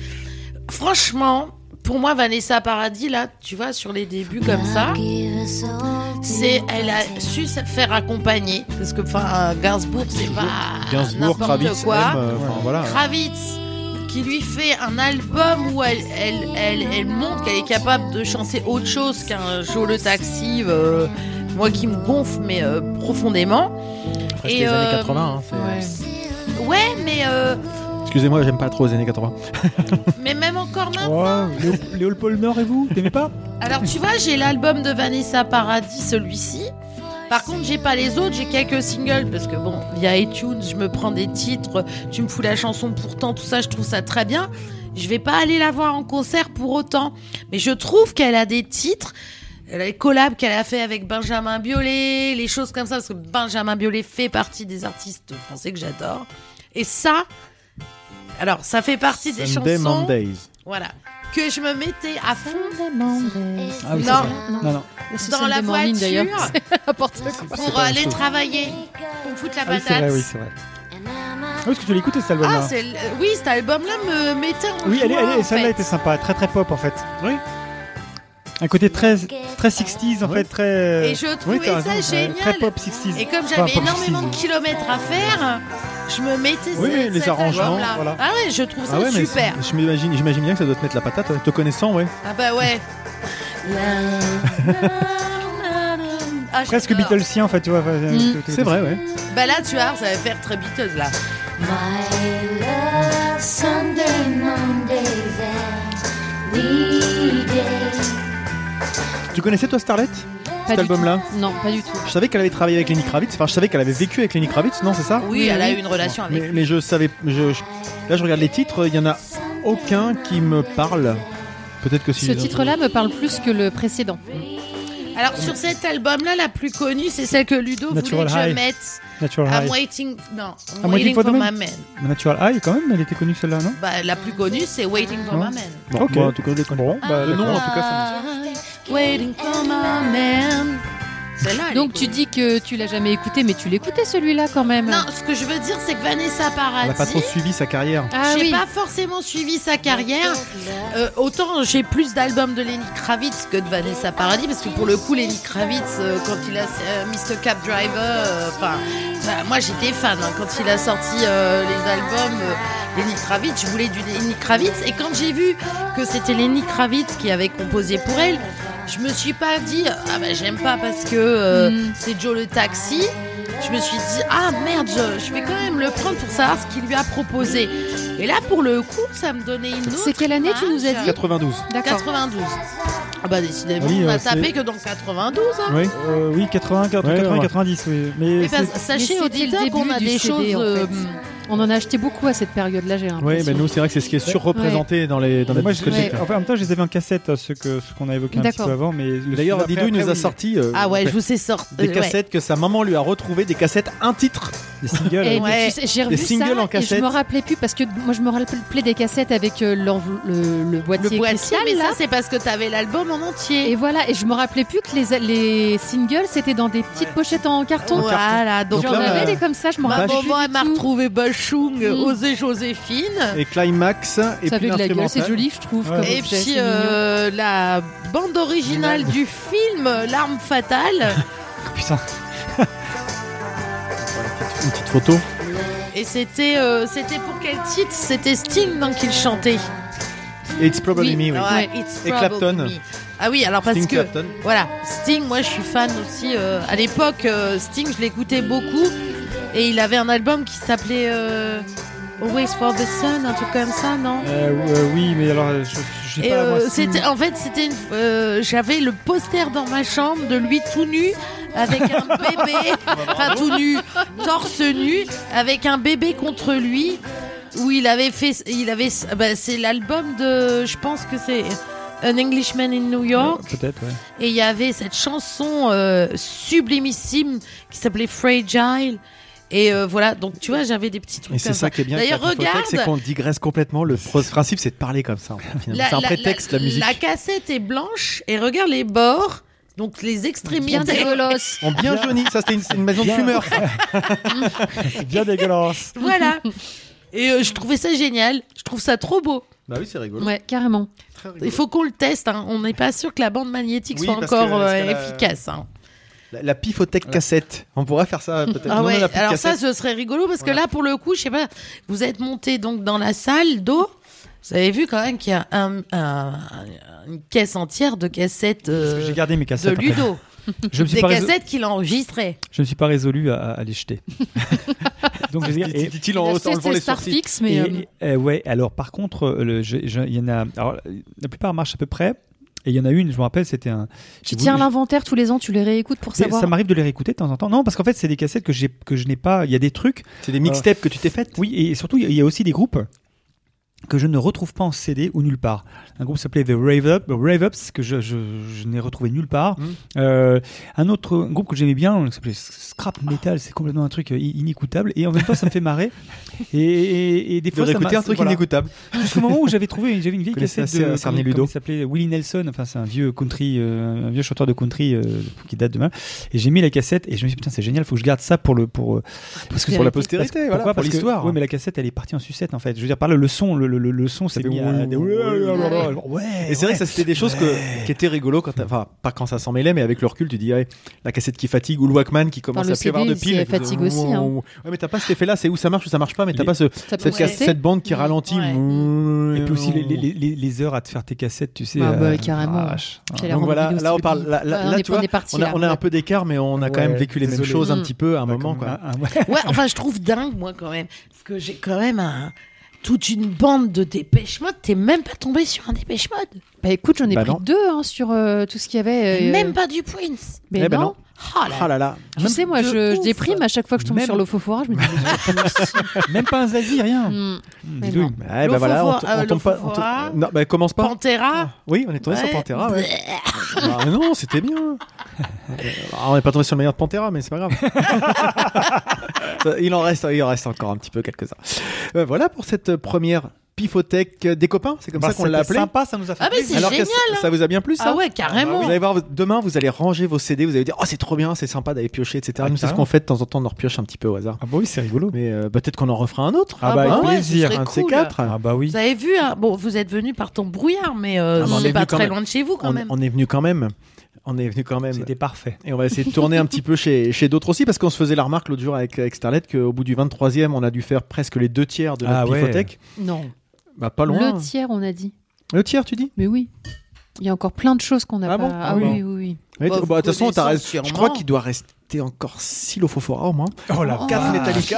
Franchement, pour moi, Vanessa Paradis, là, tu vois, sur les débuts comme ça, Give us all c'est, elle a su se faire accompagner parce que, enfin, Gainsbourg, c'est pas Gainsbourg, n'importe Kravitz, quoi. M, euh, enfin, voilà. Kravitz qui lui fait un album où elle, elle, elle, elle montre qu'elle est capable de chanter autre chose qu'un Joe le Taxi, euh, moi qui me gonfle, mais euh, profondément. Après, Et, c'était les années euh, quatre-vingts. hein, c'est- Ouais. Ouais, mais, euh, Excusez-moi, j'aime pas trop les années quatre-vingts. mais même encore maintenant. Oh, Léo, Léo Paul Nord et vous, t'aimez pas? Alors tu vois, j'ai l'album de Vanessa Paradis, celui-ci. Par contre, j'ai pas les autres, j'ai quelques singles parce que bon, via iTunes, je me prends des titres, tu me fous la chanson pourtant, tout ça, je trouve ça très bien. Je vais pas aller la voir en concert pour autant, mais je trouve qu'elle a des titres, les collabs qu'elle a fait avec Benjamin Biolay, les choses comme ça, parce que Benjamin Biolay fait partie des artistes français que j'adore. Et ça, alors ça fait partie des Sunday chansons, Mondays. voilà, que je me mettais à fond. Ah oui, c'est Non. vrai. Non, non. C'est Dans celle la de Morning, voiture. d'ailleurs. C'est n'importe quoi. Pour aller travailler, pour me foutre la Ah oui, patate. c'est vrai, oui, c'est vrai. Ah, parce que tu l'as écouté cet album-là. Ah, c'est le- oui, cet album-là me mettait en Oui, elle, est- joie, elle, est- en celle-là fait. était sympa, très très pop en fait. Oui. Un côté très, très sixties en Ouais. fait, très. Et je Oui, trouvais t'as ça raison, génial. Très pop sixties. Et comme Enfin, j'avais pop énormément de sixties. kilomètres à faire, je me mettais Oui, ce- oui, les cet arrangements, album-là. voilà. Ah ouais, je trouve ça Ah ouais, mais super. c'est- je m'imagine, j'imagine bien que ça doit te mettre la patate. ouais. Te connaissant, ouais. Ah bah ouais. Ah, Presque j'adore. Beatlesien en fait, tu vois. enfin, Mm. C'est vrai, ouais. Bah là, tu vois, ça va faire très Beatles là. My love, Sunday, Mondays and weekdays. Tu connaissais toi Starlet, Pas cet du album-là? tout. Non, pas du tout. Je savais qu'elle avait travaillé avec Lenny Kravitz. Enfin, je savais qu'elle avait vécu avec Lenny Kravitz, non, c'est ça? Oui, Oui, elle a oui. eu une relation avec. Mais, mais je savais. Je, je- là, je regarde les titres. Il y en a aucun qui me parle. Peut-être que si. Ce titre-là me parle plus que le précédent. Alors sur cet album-là, la plus connue, c'est celle que Ludo Natural voulait que je High. mette. Natural I'm High. waiting. Non, I'm I'm waiting, for, my man. Natural High quand même, elle était connue celle-là, non? Bah, la plus connue, c'est Waiting for Ouais. my man. Bon, Ok. moi, en tout cas, je les connais. Bon, bah, Le nom, d'accord. en tout cas, ça me- Waiting for my man. Celle-là, elle Donc est tu connue. dis que tu l'as jamais écouté, mais tu l'écoutais celui-là quand même. Non, ce que je veux dire, c'est que Vanessa Elle a pas Paradis, trop suivi sa carrière. Ah j'ai oui. pas forcément suivi sa carrière. Euh, autant j'ai plus d'albums de Lenny Kravitz que de Vanessa Paradis, parce que pour le coup, Lenny Kravitz, euh, quand il a euh, mister Cab Driver, euh, enfin, bah, moi j'étais fan hein, quand il a sorti euh, les albums. euh, Lenny Kravitz, je voulais du Lenny Kravitz, et quand j'ai vu que c'était Lenny Kravitz qui avait composé pour elle, je me suis pas dit ah bah j'aime pas parce que euh, Mm. c'est Joe le Taxi. Je me suis dit ah merde, je, je vais quand même le prendre pour savoir ce qu'il lui a proposé. Et là pour le coup, ça me donnait une autre. C'est quelle année tu nous as image. dit quatre-vingt-douze. D'accord. quatre-vingt-douze. Ah bah décidément, Oui, on a euh, tapé c'est- que dans quatre-vingt-douze. Hein. Oui. Euh, oui, quatre-vingts, Ouais, quatre-vingts, ouais. quatre-vingt-dix, oui. Mais Mais c'est- bah, Mais sachez c'était le auditeurs début qu'on a du des C D, choses. en euh, fait. On en a acheté beaucoup à cette période-là, j'ai l'impression. Oui, mais nous, c'est vrai que c'est ce qui est surreprésenté dans les dans la moi, je, discothèque. enfin, en même temps, je les avais en cassette, euh, ce que ce qu'on a évoqué un petit D'accord. peu avant, mais le D'ailleurs, après- Didou il nous après, a oui, sorti euh, Ah ouais, en je fait, vous ai sorti. des ouais. cassettes que sa maman lui a retrouvées, des cassettes un titre. des singles. Eh, ouais. mais Ouais. tu sais, j'ai revu Des singles ça en et cassette. je me rappelais plus parce que moi je me rappelais des cassettes avec euh, l'enve- le, le boîtier, Le boîtier, cristal, mais là. ça c'est parce que t'avais l'album en entier. Et voilà, et je me rappelais plus que les, les singles c'était dans des petites pochettes en carton. Voilà, donc, J'en là, avais euh, des comme ça, je m'en ma rappelle maman elle plus m'a du tout. retrouvé Bachung, Mm. Osé Joséphine. Et Climax. Et Ça puis avait de la gueule, c'est l'instrumental. joli je trouve. Ouais. Comme Et objet, puis c'est euh, la bande originale du film L'arme fatale. Putain. Une petite photo. Et c'était euh, c'était pour quel titre? C'était Sting dans qu'il chantait. It's Probably Oui. Me, oui. Ouais, It's Et Probably Clapton. Me. Ah oui, alors parce Sting que Clapton. voilà, Sting, moi je suis fan aussi. euh, à l'époque, euh, Sting, je l'écoutais beaucoup, et il avait un album qui s'appelait euh, Always for the Sun, un truc comme ça, non? Euh, euh, oui, mais alors, je, je sais Et pas. euh, moi, si- c'était, en fait, c'était, une- euh, j'avais le poster dans ma chambre de lui tout nu avec un bébé, enfin tout nu, torse nu, avec un bébé contre lui, où il avait fait, il avait, bah, c'est l'album de, je pense que c'est An Englishman in New York, Peut-être, ouais. et il y avait cette chanson euh, sublimissime qui s'appelait Fragile. Et euh, voilà, donc tu vois, j'avais des petits trucs Et c'est comme ça qui est bien avec D'ailleurs, la Infothèque, regarde, c'est qu'on digresse complètement. Le pro- principe, c'est de parler comme ça. en fait, finalement. La- C'est un la- prétexte, la, musique. La cassette est blanche et regarde les bords, donc les extrémités. bien dégueulasse. En bien jauni, ça c'était une, c'est une maison de Bien. fumeurs. C'est bien dégueulasse. Voilà. Et euh, je trouvais ça génial. Je trouve ça trop beau. Bah oui, c'est rigolo. Ouais, carrément. Très rigolo. Il faut qu'on le teste. Hein. On n'est pas sûr que la bande magnétique Oui, soit parce encore que- parce euh, qu'elle a- efficace. Hein. La, la pifothèque cassette. On pourrait faire ça peut-être. Ah Nous, on ouais, a plus de alors ça, cassette. ce serait rigolo parce Voilà. que là, pour le coup, je sais pas, vous êtes monté donc dans la salle d'eau. Vous avez vu quand même qu'il y a un, un- une caisse entière de cassettes Parce que euh, j'ai gardé mes de cassettes. après. Ludo. Je me suis Des pas résolu- cassettes qu'il a enregistrées. je me suis pas résolu à, à les jeter. Donc je les garde- et- Dit-il Il en a en acheté enlevant les ses sourcils. Starfix, mais. Et- euh, et- euh, ouais, alors par contre, euh, le- je- je- il y en a. Alors, la plupart marchent à peu près. Et il y en a une, je me rappelle, c'était un. Tu j'ai tiens voulu- l'inventaire tous les ans, tu les réécoutes pour Mais savoir. Ça m'arrive de les réécouter de temps en temps. Non, parce qu'en fait, c'est des cassettes que, j'ai, que je n'ai pas. Il y a des trucs. C'est des mixtapes que tu t'es faites. Oui, et surtout, il y a- il y a aussi des groupes que je ne retrouve pas en C D ou nulle part. Un groupe s'appelait The Rave Up, Rave Ups, que je, je, je n'ai retrouvé nulle part. Mm. Euh, un autre groupe que j'aimais bien, qui s'appelait Scrap Metal, c'est complètement un truc euh, i- inécoutable. Et en même temps, ça me fait marrer. Et, et, et des De fois, ça réécouter m'a- un truc voilà. inécoutable. Jusqu'au moment où j'avais trouvé, j'avais une vieille Connaissez cassette assez, de, euh, Sarny comment- Ludo. comment il s'appelait Willie Nelson. Enfin, c'est un vieux country, euh, un vieux chanteur de country euh, qui date de mal. Et j'ai mis la cassette et je me suis dit putain, c'est génial, faut que je garde ça pour le pour. euh, Parce que pour la postérité, parce- voilà, pourquoi pour Parce que- l'histoire. Oui, mais la cassette, elle est partie en sucette en fait. Je veux dire, par là, le son, le, le, le, le son, Ça c'est fait mis à ouh, des- ouh, ouais. Et c'est vrai que ça c'était des choses que, qui étaient rigolo quand t'as- enfin pas quand ça s'en mêlait, mais avec le recul tu dis ouais, la cassette qui fatigue ou le Walkman qui commence le à plus avoir C D, de piles. c'est et puis, fatigue aussi, hein. Ouais, mais t'as pas cet effet-là, c'est où ça marche ou ça marche pas, mais t'as Les- pas ce, Ça peut cette, se casse- casser. cette bande qui ralentit. Ouais. Et puis aussi les, les, les, les heures à te faire tes cassettes, tu sais. Bah, bah, euh, carrément. ah, vache. Puis Donc la voilà, vidéo, là on c'est parle, le là, pays. là, Ouais, là, on est- tu vois, on est parti on a, là. on a un peu d'écart, mais on a quand Ouais, même vécu les mêmes désolé. choses un Mm. petit peu à un Bah, moment. comme Quoi. un- un- ouais. Ouais, enfin, je trouve dingue, moi, quand même. Parce que j'ai quand même un- toute une bande de Dépêche Mode. T'es même pas tombé sur un Dépêche Mode. Bah écoute, j'en ai Bah pris non. deux hein, sur euh, tout ce qu'il y avait. Et euh, même pas du Prince. Mais Eh ben non. non. Ah là. Ah là là. Tu sais, moi, de je, je ouf. déprime à chaque fois que je tombe Même- sur l'Ofofora. Je me dis, mais c'est pas possible. Même pas un Zazie, rien. Hmm. Mm, Mais dis-donc. non. Ouais, bah voilà, on, L'Ofofora, on euh, tombe pas. on l'Ofofora. tombe- Non, bah commence pas. Pantera. Oui, on est tombé sur Ouais. Pantera. Ouais. Ah, non, c'était bien. Ah, on n'est pas tombé sur le meilleur de Pantera, mais c'est pas grave. Ça, il en reste, il en reste encore un petit peu quelques-uns. Euh, voilà pour cette première pifothèque des copains. C'est comme Bah, ça qu'on l'a c'était appelé. sympa, ça nous a fait Ah, mais plaisir. c'est Alors que génial, ça, ça vous a bien plu ça Ah ouais, carrément. Vous allez voir, demain vous allez ranger vos C D, vous allez dire oh c'est trop bien, c'est sympa d'aller piocher, et cetera. Ah, Nous c'est ce carrément. qu'on fait de temps en temps, on en repioche un petit peu au hasard. Ah bah oui, c'est rigolo. Mais euh, peut-être qu'on en refera un autre. Ah bah, avec ouais, plaisir. ce serait Un de ces cool. quatre. Ah bah oui. Vous avez vu, hein, bon, vous êtes venu par ton brouillard, mais euh, Ah, mais on est c'est venu pas quand très même. loin de chez vous quand On, même. on est venu quand même. On est venu quand même. C'était parfait. Et on va essayer de tourner un petit peu chez, chez d'autres aussi, parce qu'on se faisait la remarque l'autre jour avec, avec Starlet qu'au bout du vingt-troisième, on a dû faire presque les deux tiers de notre Ah ouais. pifothèque. Non. Bah pas loin. Le tiers, on a dit. Le tiers, tu dis Mais oui. Il y a encore plein de choses qu'on n'a Ah pas. bon Ah Ah oui, bon. oui, oui. oui. Ouais, Bah, t- bah, de toute façon, t'as connaissance, raison. Je sûrement. crois qu'il doit rester encore six Lofofora au moins. Oh la Oh. quatre Metallica.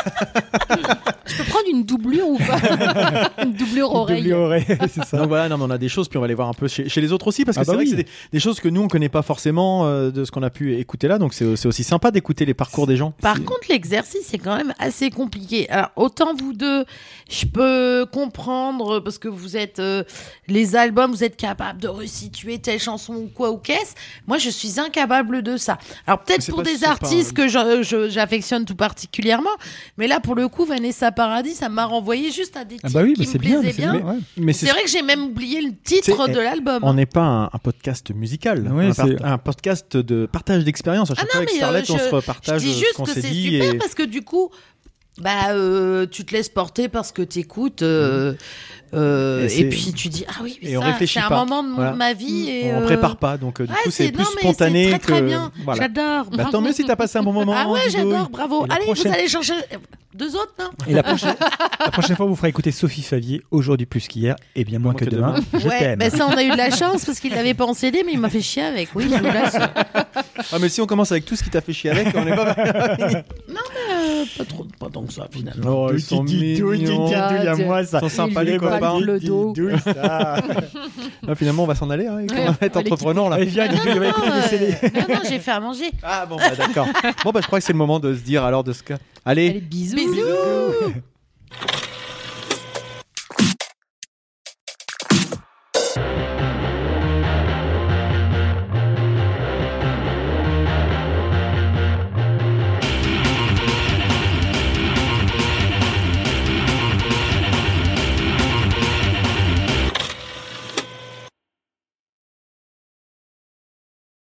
Je peux prendre une doublure ou pas Une doublure oreille. oreille, c'est ça. Donc voilà, non, mais on a des choses, puis on va aller voir un peu chez, chez les autres aussi, parce que Ah c'est bah vrai oui. que c'est des, des choses que nous, on connaît pas forcément euh, de ce qu'on a pu écouter là, donc c'est c'est aussi sympa d'écouter les parcours des gens. Par contre, l'exercice c'est quand même assez compliqué. Alors, autant vous deux, je peux comprendre parce que vous êtes euh, les albums, vous êtes capables de resituer telle chanson ou quoi ou qu'est-ce. Moi, je suis incapable de ça. Alors Mais peut-être c'est pour pas- des c'est pas- artistes que je- je- j'affectionne tout particulièrement, mais là, pour le coup, Vanessa Paradis, ça m'a renvoyé juste à des titres Ah bah oui, qui mais me c'est bien. plaisaient mais c'est bien. bien, ouais. Mais C'est vrai que j'ai même oublié le titre C'est- de l'album. On n'est pas un, un podcast musical, Ouais, un, par- c'est- un podcast de partage d'expérience. À chaque Ah fois non, avec mais, Starlet, euh, on je- se Je repartage dis ce juste qu'on que s'est c'est dit. super et- parce que du coup, bah, euh, tu te laisses porter parce que t'écoutes. Euh, euh, Et et, c'est- puis tu dis ah oui, mais et on ça, réfléchit c'est un pas. moment de mon- Voilà. ma vie et on euh, prépare pas, donc euh, du ouais, coup c'est plus non, mais spontané c'est très, très que. bien. Voilà. J'adore. Bah, tant mieux si t'as passé un bon moment. Ah ouais, Didouille. j'adore, bravo. Et la Allez, prochaine- vous allez chercher deux autres, non Et la prochaine, la prochaine fois, vous ferez écouter Sophie Favier, aujourd'hui plus qu'hier, et bien moins que, demain. Je Ouais, t'aime. bah ça, on a eu de la chance parce qu'il l'avait pas en C D, mais il m'a fait chier avec. Oui, je vous laisse. Ah mais si on commence avec tout ce qui t'a fait chier avec, on est pas. Euh, pas trop, pas tant que ça finalement. Oh, ils sont mignons. à moi, ça. Ils sont sympas, Il les lui copains. palpe le dos. ça. Ah, finalement, on va s'en aller. Hein, et qu'on Ouais, va on être va l'équiper. entreprenant là. Allez, viens, Didouille, on va écouter Non, des C D. euh, non, non, j'ai fait à manger. Ah bon, bah, d'accord. Bon bah je crois que c'est le moment de se dire alors de ce que. Allez. Allez, bisous. Bisous.